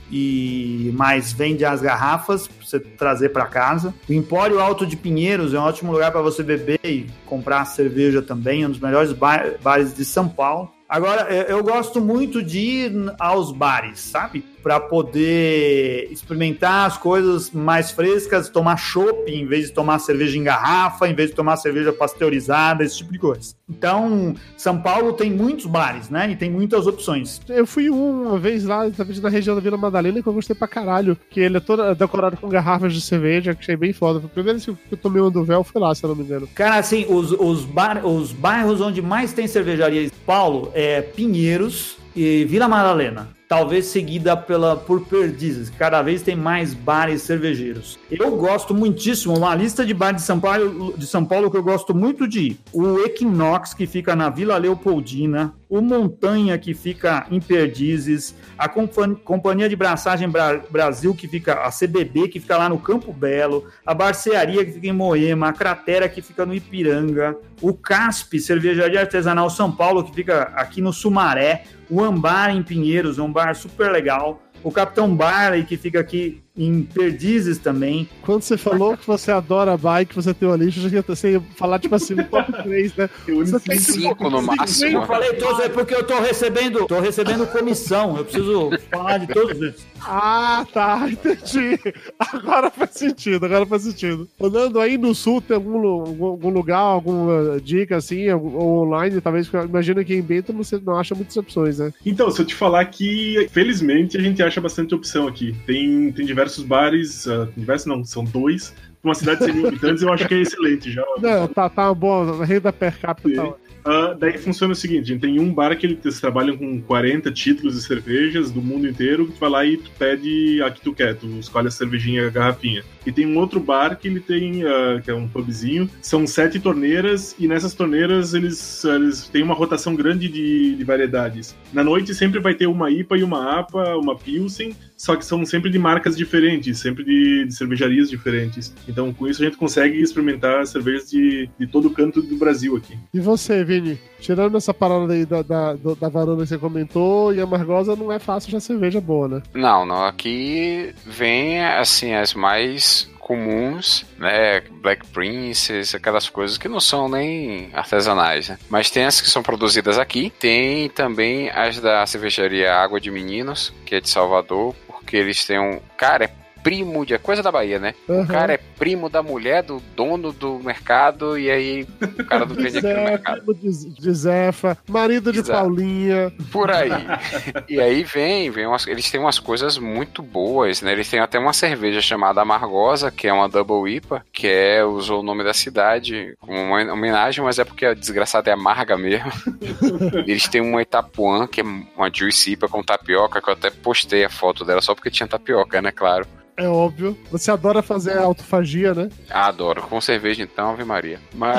e mais vende as garrafas pra você trazer para casa. O Empório Alto de Pinheiros é um ótimo lugar para você beber e comprar cerveja também, é um dos melhores bar- bares de São Paulo. Agora, eu gosto muito de ir aos bares, sabe? Para poder experimentar as coisas mais frescas, tomar chopp em vez de tomar cerveja em garrafa, em vez de tomar cerveja pasteurizada, esse tipo de coisa. Então, São Paulo tem muitos bares, né? E tem muitas opções. Eu fui uma vez lá, talvez na região da Vila Madalena, que eu gostei pra caralho, que ele é todo decorado com garrafas de cerveja, que achei bem foda. Foi a primeira vez que eu tomei um do véu, foi lá, se eu não me engano. Cara, assim, os, os, bar, os bairros onde mais tem cervejaria em São Paulo é Pinheiros e Vila Madalena. talvez seguida pela, por Perdizes. Cada vez tem mais bares cervejeiros. Eu gosto muitíssimo, uma lista de bares de São Paulo, de São Paulo que eu gosto muito de ir. O Equinox, que fica na Vila Leopoldina, o Montanha, que fica em Perdizes, a Compa- Companhia de Braçagem Bra- Brasil, que fica, a C B B, que fica lá no Campo Belo, a Barcearia, que fica em Moema, a Cratera, que fica no Ipiranga, o Casp, Cervejaria Artesanal São Paulo, que fica aqui no Sumaré, o Ambar em Pinheiros, um bar super legal, o Capitão Barley, que fica aqui em Perdizes também. Quando você falou que você adora bike, você tem uma lista, eu já você ia falar, tipo assim, no top três, né? Você tem cinco no máximo. Eu falei todos, é porque eu tô recebendo, tô recebendo comissão, eu preciso falar de todos eles. Ah, tá, entendi. Agora faz sentido, agora faz sentido. Andando aí no sul, tem algum, lu- algum lugar, alguma dica assim, algum- ou online, talvez, porque eu imagino que em Bento você não acha muitas opções, né? Então, se eu te falar que, felizmente, a gente acha bastante opção aqui. Tem, tem diversos bares, uh, diversos não, são dois. Uma cidade de cem mil habitantes, eu acho que é excelente já. Não, tá, tá uma boa, a renda per capita tá. Uh, daí funciona o seguinte, a gente tem um bar que eles trabalham com quarenta títulos de cervejas do mundo inteiro, que tu vai lá e tu pede a que tu quer, tu escolhe a cervejinha e a garrafinha. E tem um outro bar que ele tem, uh, que é um pubzinho, são sete torneiras, e nessas torneiras eles, eles têm uma rotação grande de, de variedades. Na noite sempre vai ter uma I P A e uma A P A, uma Pilsen, só que são sempre de marcas diferentes, sempre de, de cervejarias diferentes. Então com isso a gente consegue experimentar cervejas de, de todo canto do Brasil aqui. E você, Vini? Tirando essa parada aí da, da, do- da varanda que você comentou, e a Margosa não é fácil já cerveja boa, né? Não, não, aqui vem, assim, as mais comuns, né, Black Princess, aquelas coisas que não são nem artesanais, né? Mas tem as que são produzidas aqui, tem também as da cervejaria Água de Meninos, que é de Salvador, porque eles têm um... Cara, é primo de... É coisa da Bahia, né? Uhum. O cara é primo da mulher do dono do mercado e aí o cara não vende aqui no Zé, mercado. primo de, de Zefa, marido de Exato. Paulinha. Por aí. E aí vem, vem umas, eles têm umas coisas muito boas, né? Eles têm até uma cerveja chamada Amargosa, que é uma Double I P A, que é, usou o nome da cidade como uma homenagem, mas é porque a desgraçada é amarga mesmo. Eles têm uma Itapuã, que é uma Juice I P A com tapioca, que eu até postei a foto dela só porque tinha tapioca, né? Claro. É óbvio. Você adora fazer autofagia, né? Adoro. Com cerveja, então, Ave Maria.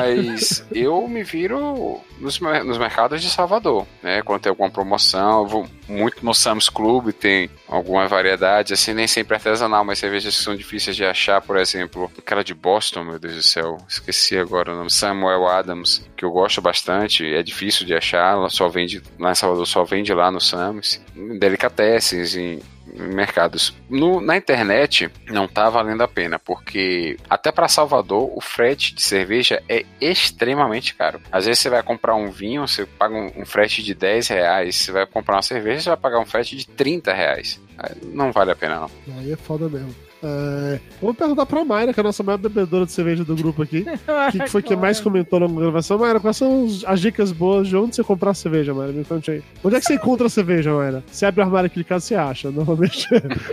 Mas eu me viro nos, mer- nos mercados de Salvador, né? Quando tem alguma promoção, eu vou muito no Sam's Club, tem alguma variedade, assim, nem sempre artesanal, mas cervejas que são difíceis de achar, por exemplo, aquela de Boston, meu Deus do céu, esqueci agora o nome, Samuel Adams, que eu gosto bastante, é difícil de achar, ela só vende, lá em Salvador só vende lá no Sam's, delicatessens, em mercados. No, na internet não tá valendo a pena, porque até para Salvador o frete de cerveja é extremamente caro. Às vezes você vai comprar um vinho, você paga um, um frete de dez reais, você vai comprar uma cerveja, você vai pagar um frete de trinta reais. Não vale a pena, não. Aí é foda mesmo. É... Vamos perguntar pra Mayra, que é a nossa maior bebedora de cerveja do grupo aqui. O que, que foi que mais comentou na gravação? Mayra, quais são os- as dicas boas de onde você comprar cerveja, Mayra? Me conte aí. Onde é que você encontra a cerveja, Mayra? Você abre o armário aqui de casa, você acha, normalmente.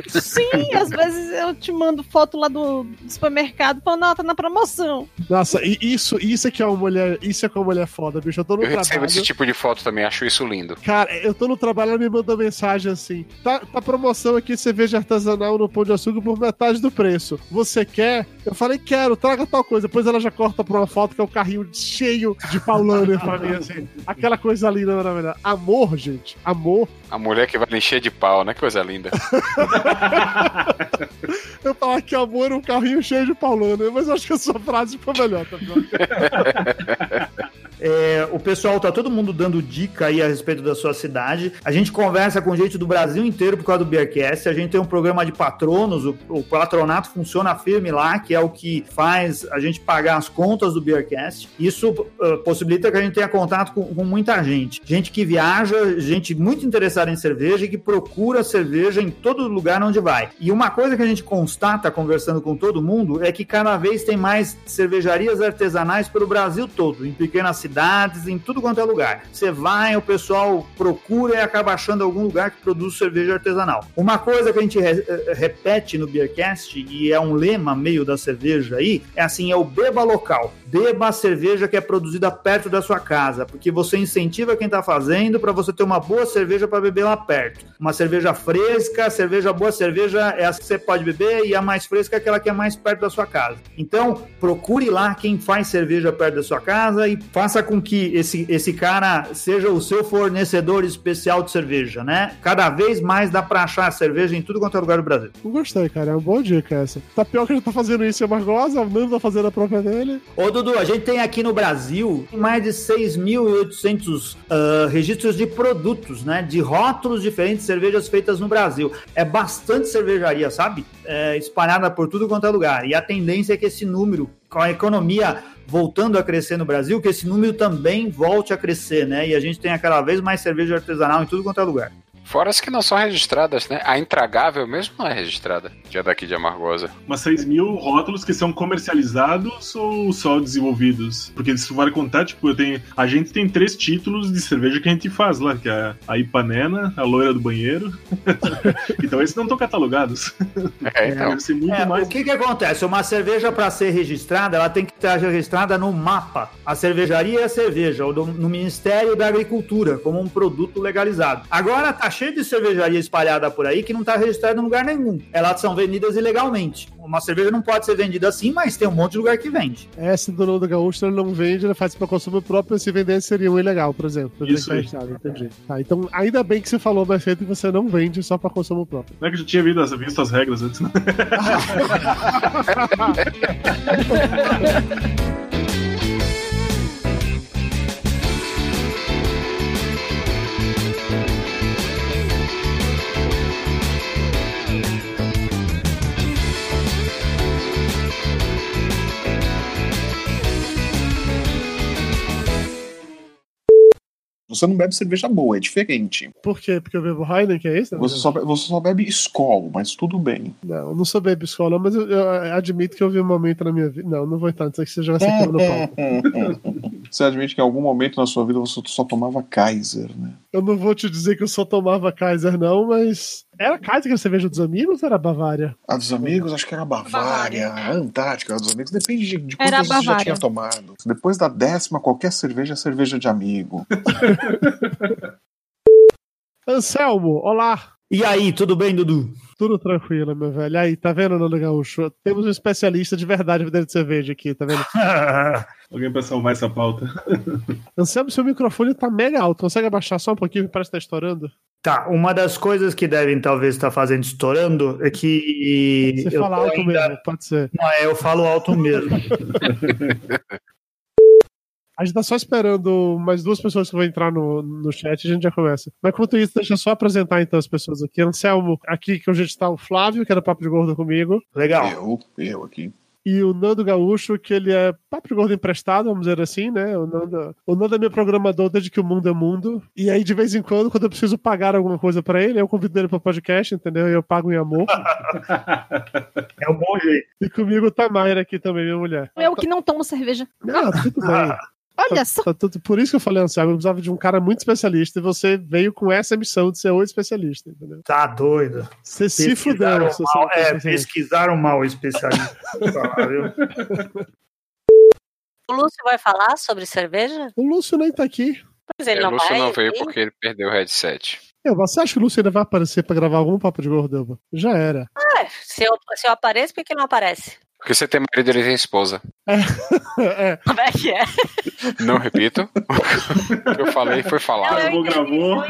Sim, às vezes eu te mando foto lá do do supermercado falando, não, tá na promoção. Nossa, e isso, isso é que é uma mulher, isso é que é uma mulher foda, bicho. Eu tô no Eu recebo trabalho. esse tipo de foto também, acho isso lindo. Cara, eu tô no trabalho, ela me mandou mensagem assim: tá, tá promoção aqui, cerveja artesanal no Pão de Açúcar por metade do preço. Você quer? Eu falei, quero, traga tal coisa. Depois ela já corta pra uma foto que é o carrinho cheio de Paulaner pra mim, assim. Aquela coisa linda, na verdade. Amor, gente. Amor. A mulher que vai encher de pau, né? Que coisa linda. Eu tava aqui, amor, um carrinho cheio de Paulaner, mas eu acho que a sua frase foi melhor, tá bom? É, o pessoal, tá todo mundo dando dica aí a respeito da sua cidade. A gente conversa com gente do Brasil inteiro por causa do Beercast. A gente tem um programa de patronos, o, o patronato funciona firme lá, que é o que faz a gente pagar as contas do Beercast. Isso uh, possibilita que a gente tenha contato com, com muita gente. Gente que viaja, gente muito interessada em cerveja e que procura cerveja em todo lugar onde vai. E uma coisa que a gente constata conversando com todo mundo é que cada vez tem mais cervejarias artesanais pelo Brasil todo, em pequenas cidades, cidades, em tudo quanto é lugar. Você vai, o pessoal procura e acaba achando algum lugar que produz cerveja artesanal. Uma coisa que a gente re- repete no Beercast, e é um lema meio da cerveja aí, é assim, é o beba local. Beba a cerveja que é produzida perto da sua casa, porque você incentiva quem está fazendo para você ter uma boa cerveja para beber lá perto. Uma cerveja fresca, cerveja boa, cerveja é a que você pode beber, e a mais fresca é aquela que é mais perto da sua casa. Então, procure lá quem faz cerveja perto da sua casa e faça com que esse, esse cara seja o seu fornecedor especial de cerveja, né? Cada vez mais dá para achar cerveja em tudo quanto é lugar do Brasil. Eu gostei, cara. É uma boa dica essa. Tapioca já tá fazendo isso em Amargosa, o Nando tá fazendo a própria dele. Ô, Dudu, a gente tem aqui no Brasil mais de seis mil e oitocentos uh, registros de produtos, né? De rótulos diferentes de cervejas feitas no Brasil. É bastante cervejaria, sabe? É, espalhada por tudo quanto é lugar. E a tendência é que esse número, com a economia voltando a crescer no Brasil, que esse número também volte a crescer, né? E a gente tenha cada vez mais cerveja artesanal em tudo quanto é lugar. Fora as que não são registradas, né? A Intragável mesmo não é registrada, que é daqui de Amargosa. Umas seis mil rótulos que são comercializados ou só desenvolvidos? Porque isso vale contar, tipo, eu tenho, a gente tem três títulos de cerveja que a gente faz lá, que é a Ipanema, a Loira do Banheiro. Então esses não estão catalogados. É, então. Deve ser muito É, mais... o que que acontece? Uma cerveja, para ser registrada, ela tem que estar registrada no mapa. A cervejaria é a cerveja, ou do- no Ministério da Agricultura, como um produto legalizado. Agora tá cheio de cervejaria espalhada por aí que não tá registrada em lugar nenhum. Elas são vendidas ilegalmente. Uma cerveja não pode ser vendida assim, mas tem um monte de lugar que vende. Essa do Nando Gaúcho ele não vende, ele faz para consumo próprio, se vendesse seria um ilegal, por exemplo. Isso aí. Entendi. Tá, então, ainda bem que você falou mais cedo que você não vende só para consumo próprio. Não é que eu já tinha visto as, visto as regras antes, né? Você não bebe cerveja boa, é diferente. Por quê? Porque eu bebo Heineken, é isso? Você só, be- você só bebe Skol, mas tudo bem. Não, eu não sou baby Skol, não, mas eu, eu admito que eu vi um momento na minha vida. Não, não vou entrar nisso aqui, você já vai ser quebra no pau. Você admite que em algum momento na sua vida você só tomava Kaiser, né? Eu não vou te dizer que eu só tomava Kaiser, não, mas. Era Kaiser que era cerveja dos amigos ou era Bavária? A dos amigos, acho que era a Bavária, a Antártica, a dos amigos, depende de, de Era quantas você já Bavária. tinha tomado. Depois da décima, qualquer cerveja é cerveja de amigo. Anselmo, olá! E aí, tudo bem, Dudu? Tudo tranquilo, meu velho. Aí, tá vendo, Nando Gaúcho? Temos um especialista de verdade vendendo cerveja aqui, tá vendo? Alguém pra salvar essa pauta. Anselmo, seu microfone tá mega alto. Consegue abaixar só um pouquinho que parece que tá estourando? Tá, uma das coisas que devem talvez estar fazendo estourando é que... Você eu fala tô alto ainda- mesmo, pode ser. Não, é, eu falo alto mesmo. A gente tá só esperando mais duas pessoas que vão entrar no, no chat e a gente já começa. Mas enquanto isso, deixa eu só apresentar então as pessoas aqui. Anselmo, aqui que a gente tá o Flávio, que era Papo de Gordo comigo. Legal. Eu, eu aqui. E o Nando Gaúcho, que ele é Papo de Gordo emprestado, vamos dizer assim, né? O Nando, o Nando é meu programador desde que o mundo é mundo. E aí, de vez em quando, quando eu preciso pagar alguma coisa pra ele, eu convido ele pro podcast, entendeu? E eu pago em amor. É um bom jeito. E comigo tá a Mayra aqui também, minha mulher. Eu que não tomo cerveja. Não, tudo bem. Olha só. Tá tudo, por isso que eu falei, Anselmo, eu precisava de um cara muito especialista e você veio com essa missão de ser o especialista, entendeu? Tá doido. Você se fudeu. Pesquisaram Se você mal, não fosse é, especialista. pesquisaram mal o especialista. Falar, viu? O Lúcio vai falar sobre cerveja? O Lúcio nem tá aqui. Mas ele É, não o Lúcio vai. não veio vir? porque ele perdeu o headset. Eu, você acha que o Lúcio ainda vai aparecer pra gravar algum Papo de Gordo? Elba? Já era. Ah, se eu, se eu apareço, por que não aparece? Porque você tem marido e ele tem esposa. É. Como é que é? Não repito. O que eu falei foi falado. Gravou, gravou.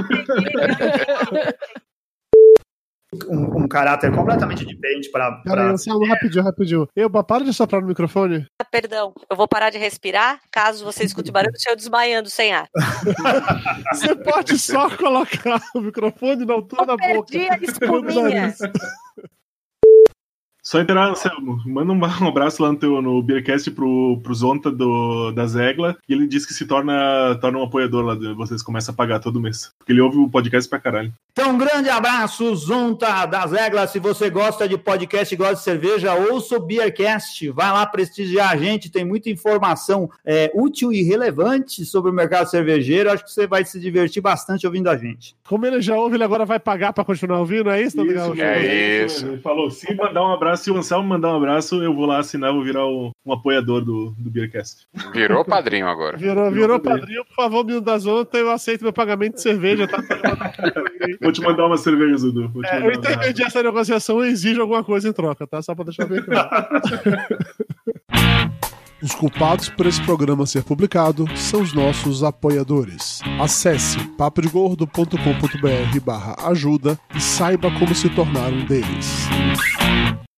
Um, um caráter completamente diferente para. Peraí, Anselmo, rapidinho, rapidinho. Elba, para de soprar no microfone. Ah, perdão, eu vou parar de respirar. Caso você escute barulho, se eu desmaiando sem ar. Você pode só colocar o microfone na altura da boca. Perdi a espuminha. Só entrar, Anselmo, manda um abraço lá no, teu, no Beercast pro, pro Zonta do, da Zegla, e ele disse que se torna, torna um apoiador lá, de, vocês começam a pagar todo mês. Porque ele ouve o podcast pra caralho. Então, um grande abraço, Zonta da Zegla. Se você gosta de podcast e gosta de cerveja, ouça o Beercast. Vai lá prestigiar a gente, tem muita informação é, útil e relevante sobre o mercado cervejeiro. Acho que você vai se divertir bastante ouvindo a gente. Como ele já ouve, ele agora vai pagar pra continuar ouvindo, é isso? isso é isso. Ele falou, se mandar um abraço, se o Anselmo mandar um abraço, eu vou lá assinar, vou virar o, um apoiador do, do Beercast. Virou padrinho agora. Virou, virou padrinho, por favor, menino da Zona, eu aceito meu pagamento de cerveja, tá? Vou te mandar uma cerveja, Dudu. Vou te É, eu intermediar essa negociação e exijo alguma coisa em troca, tá? Só pra deixar bem claro. Os culpados por esse programa ser publicado são os nossos apoiadores. Acesse papodegordo ponto com ponto br barra ajuda e saiba como se tornar um deles.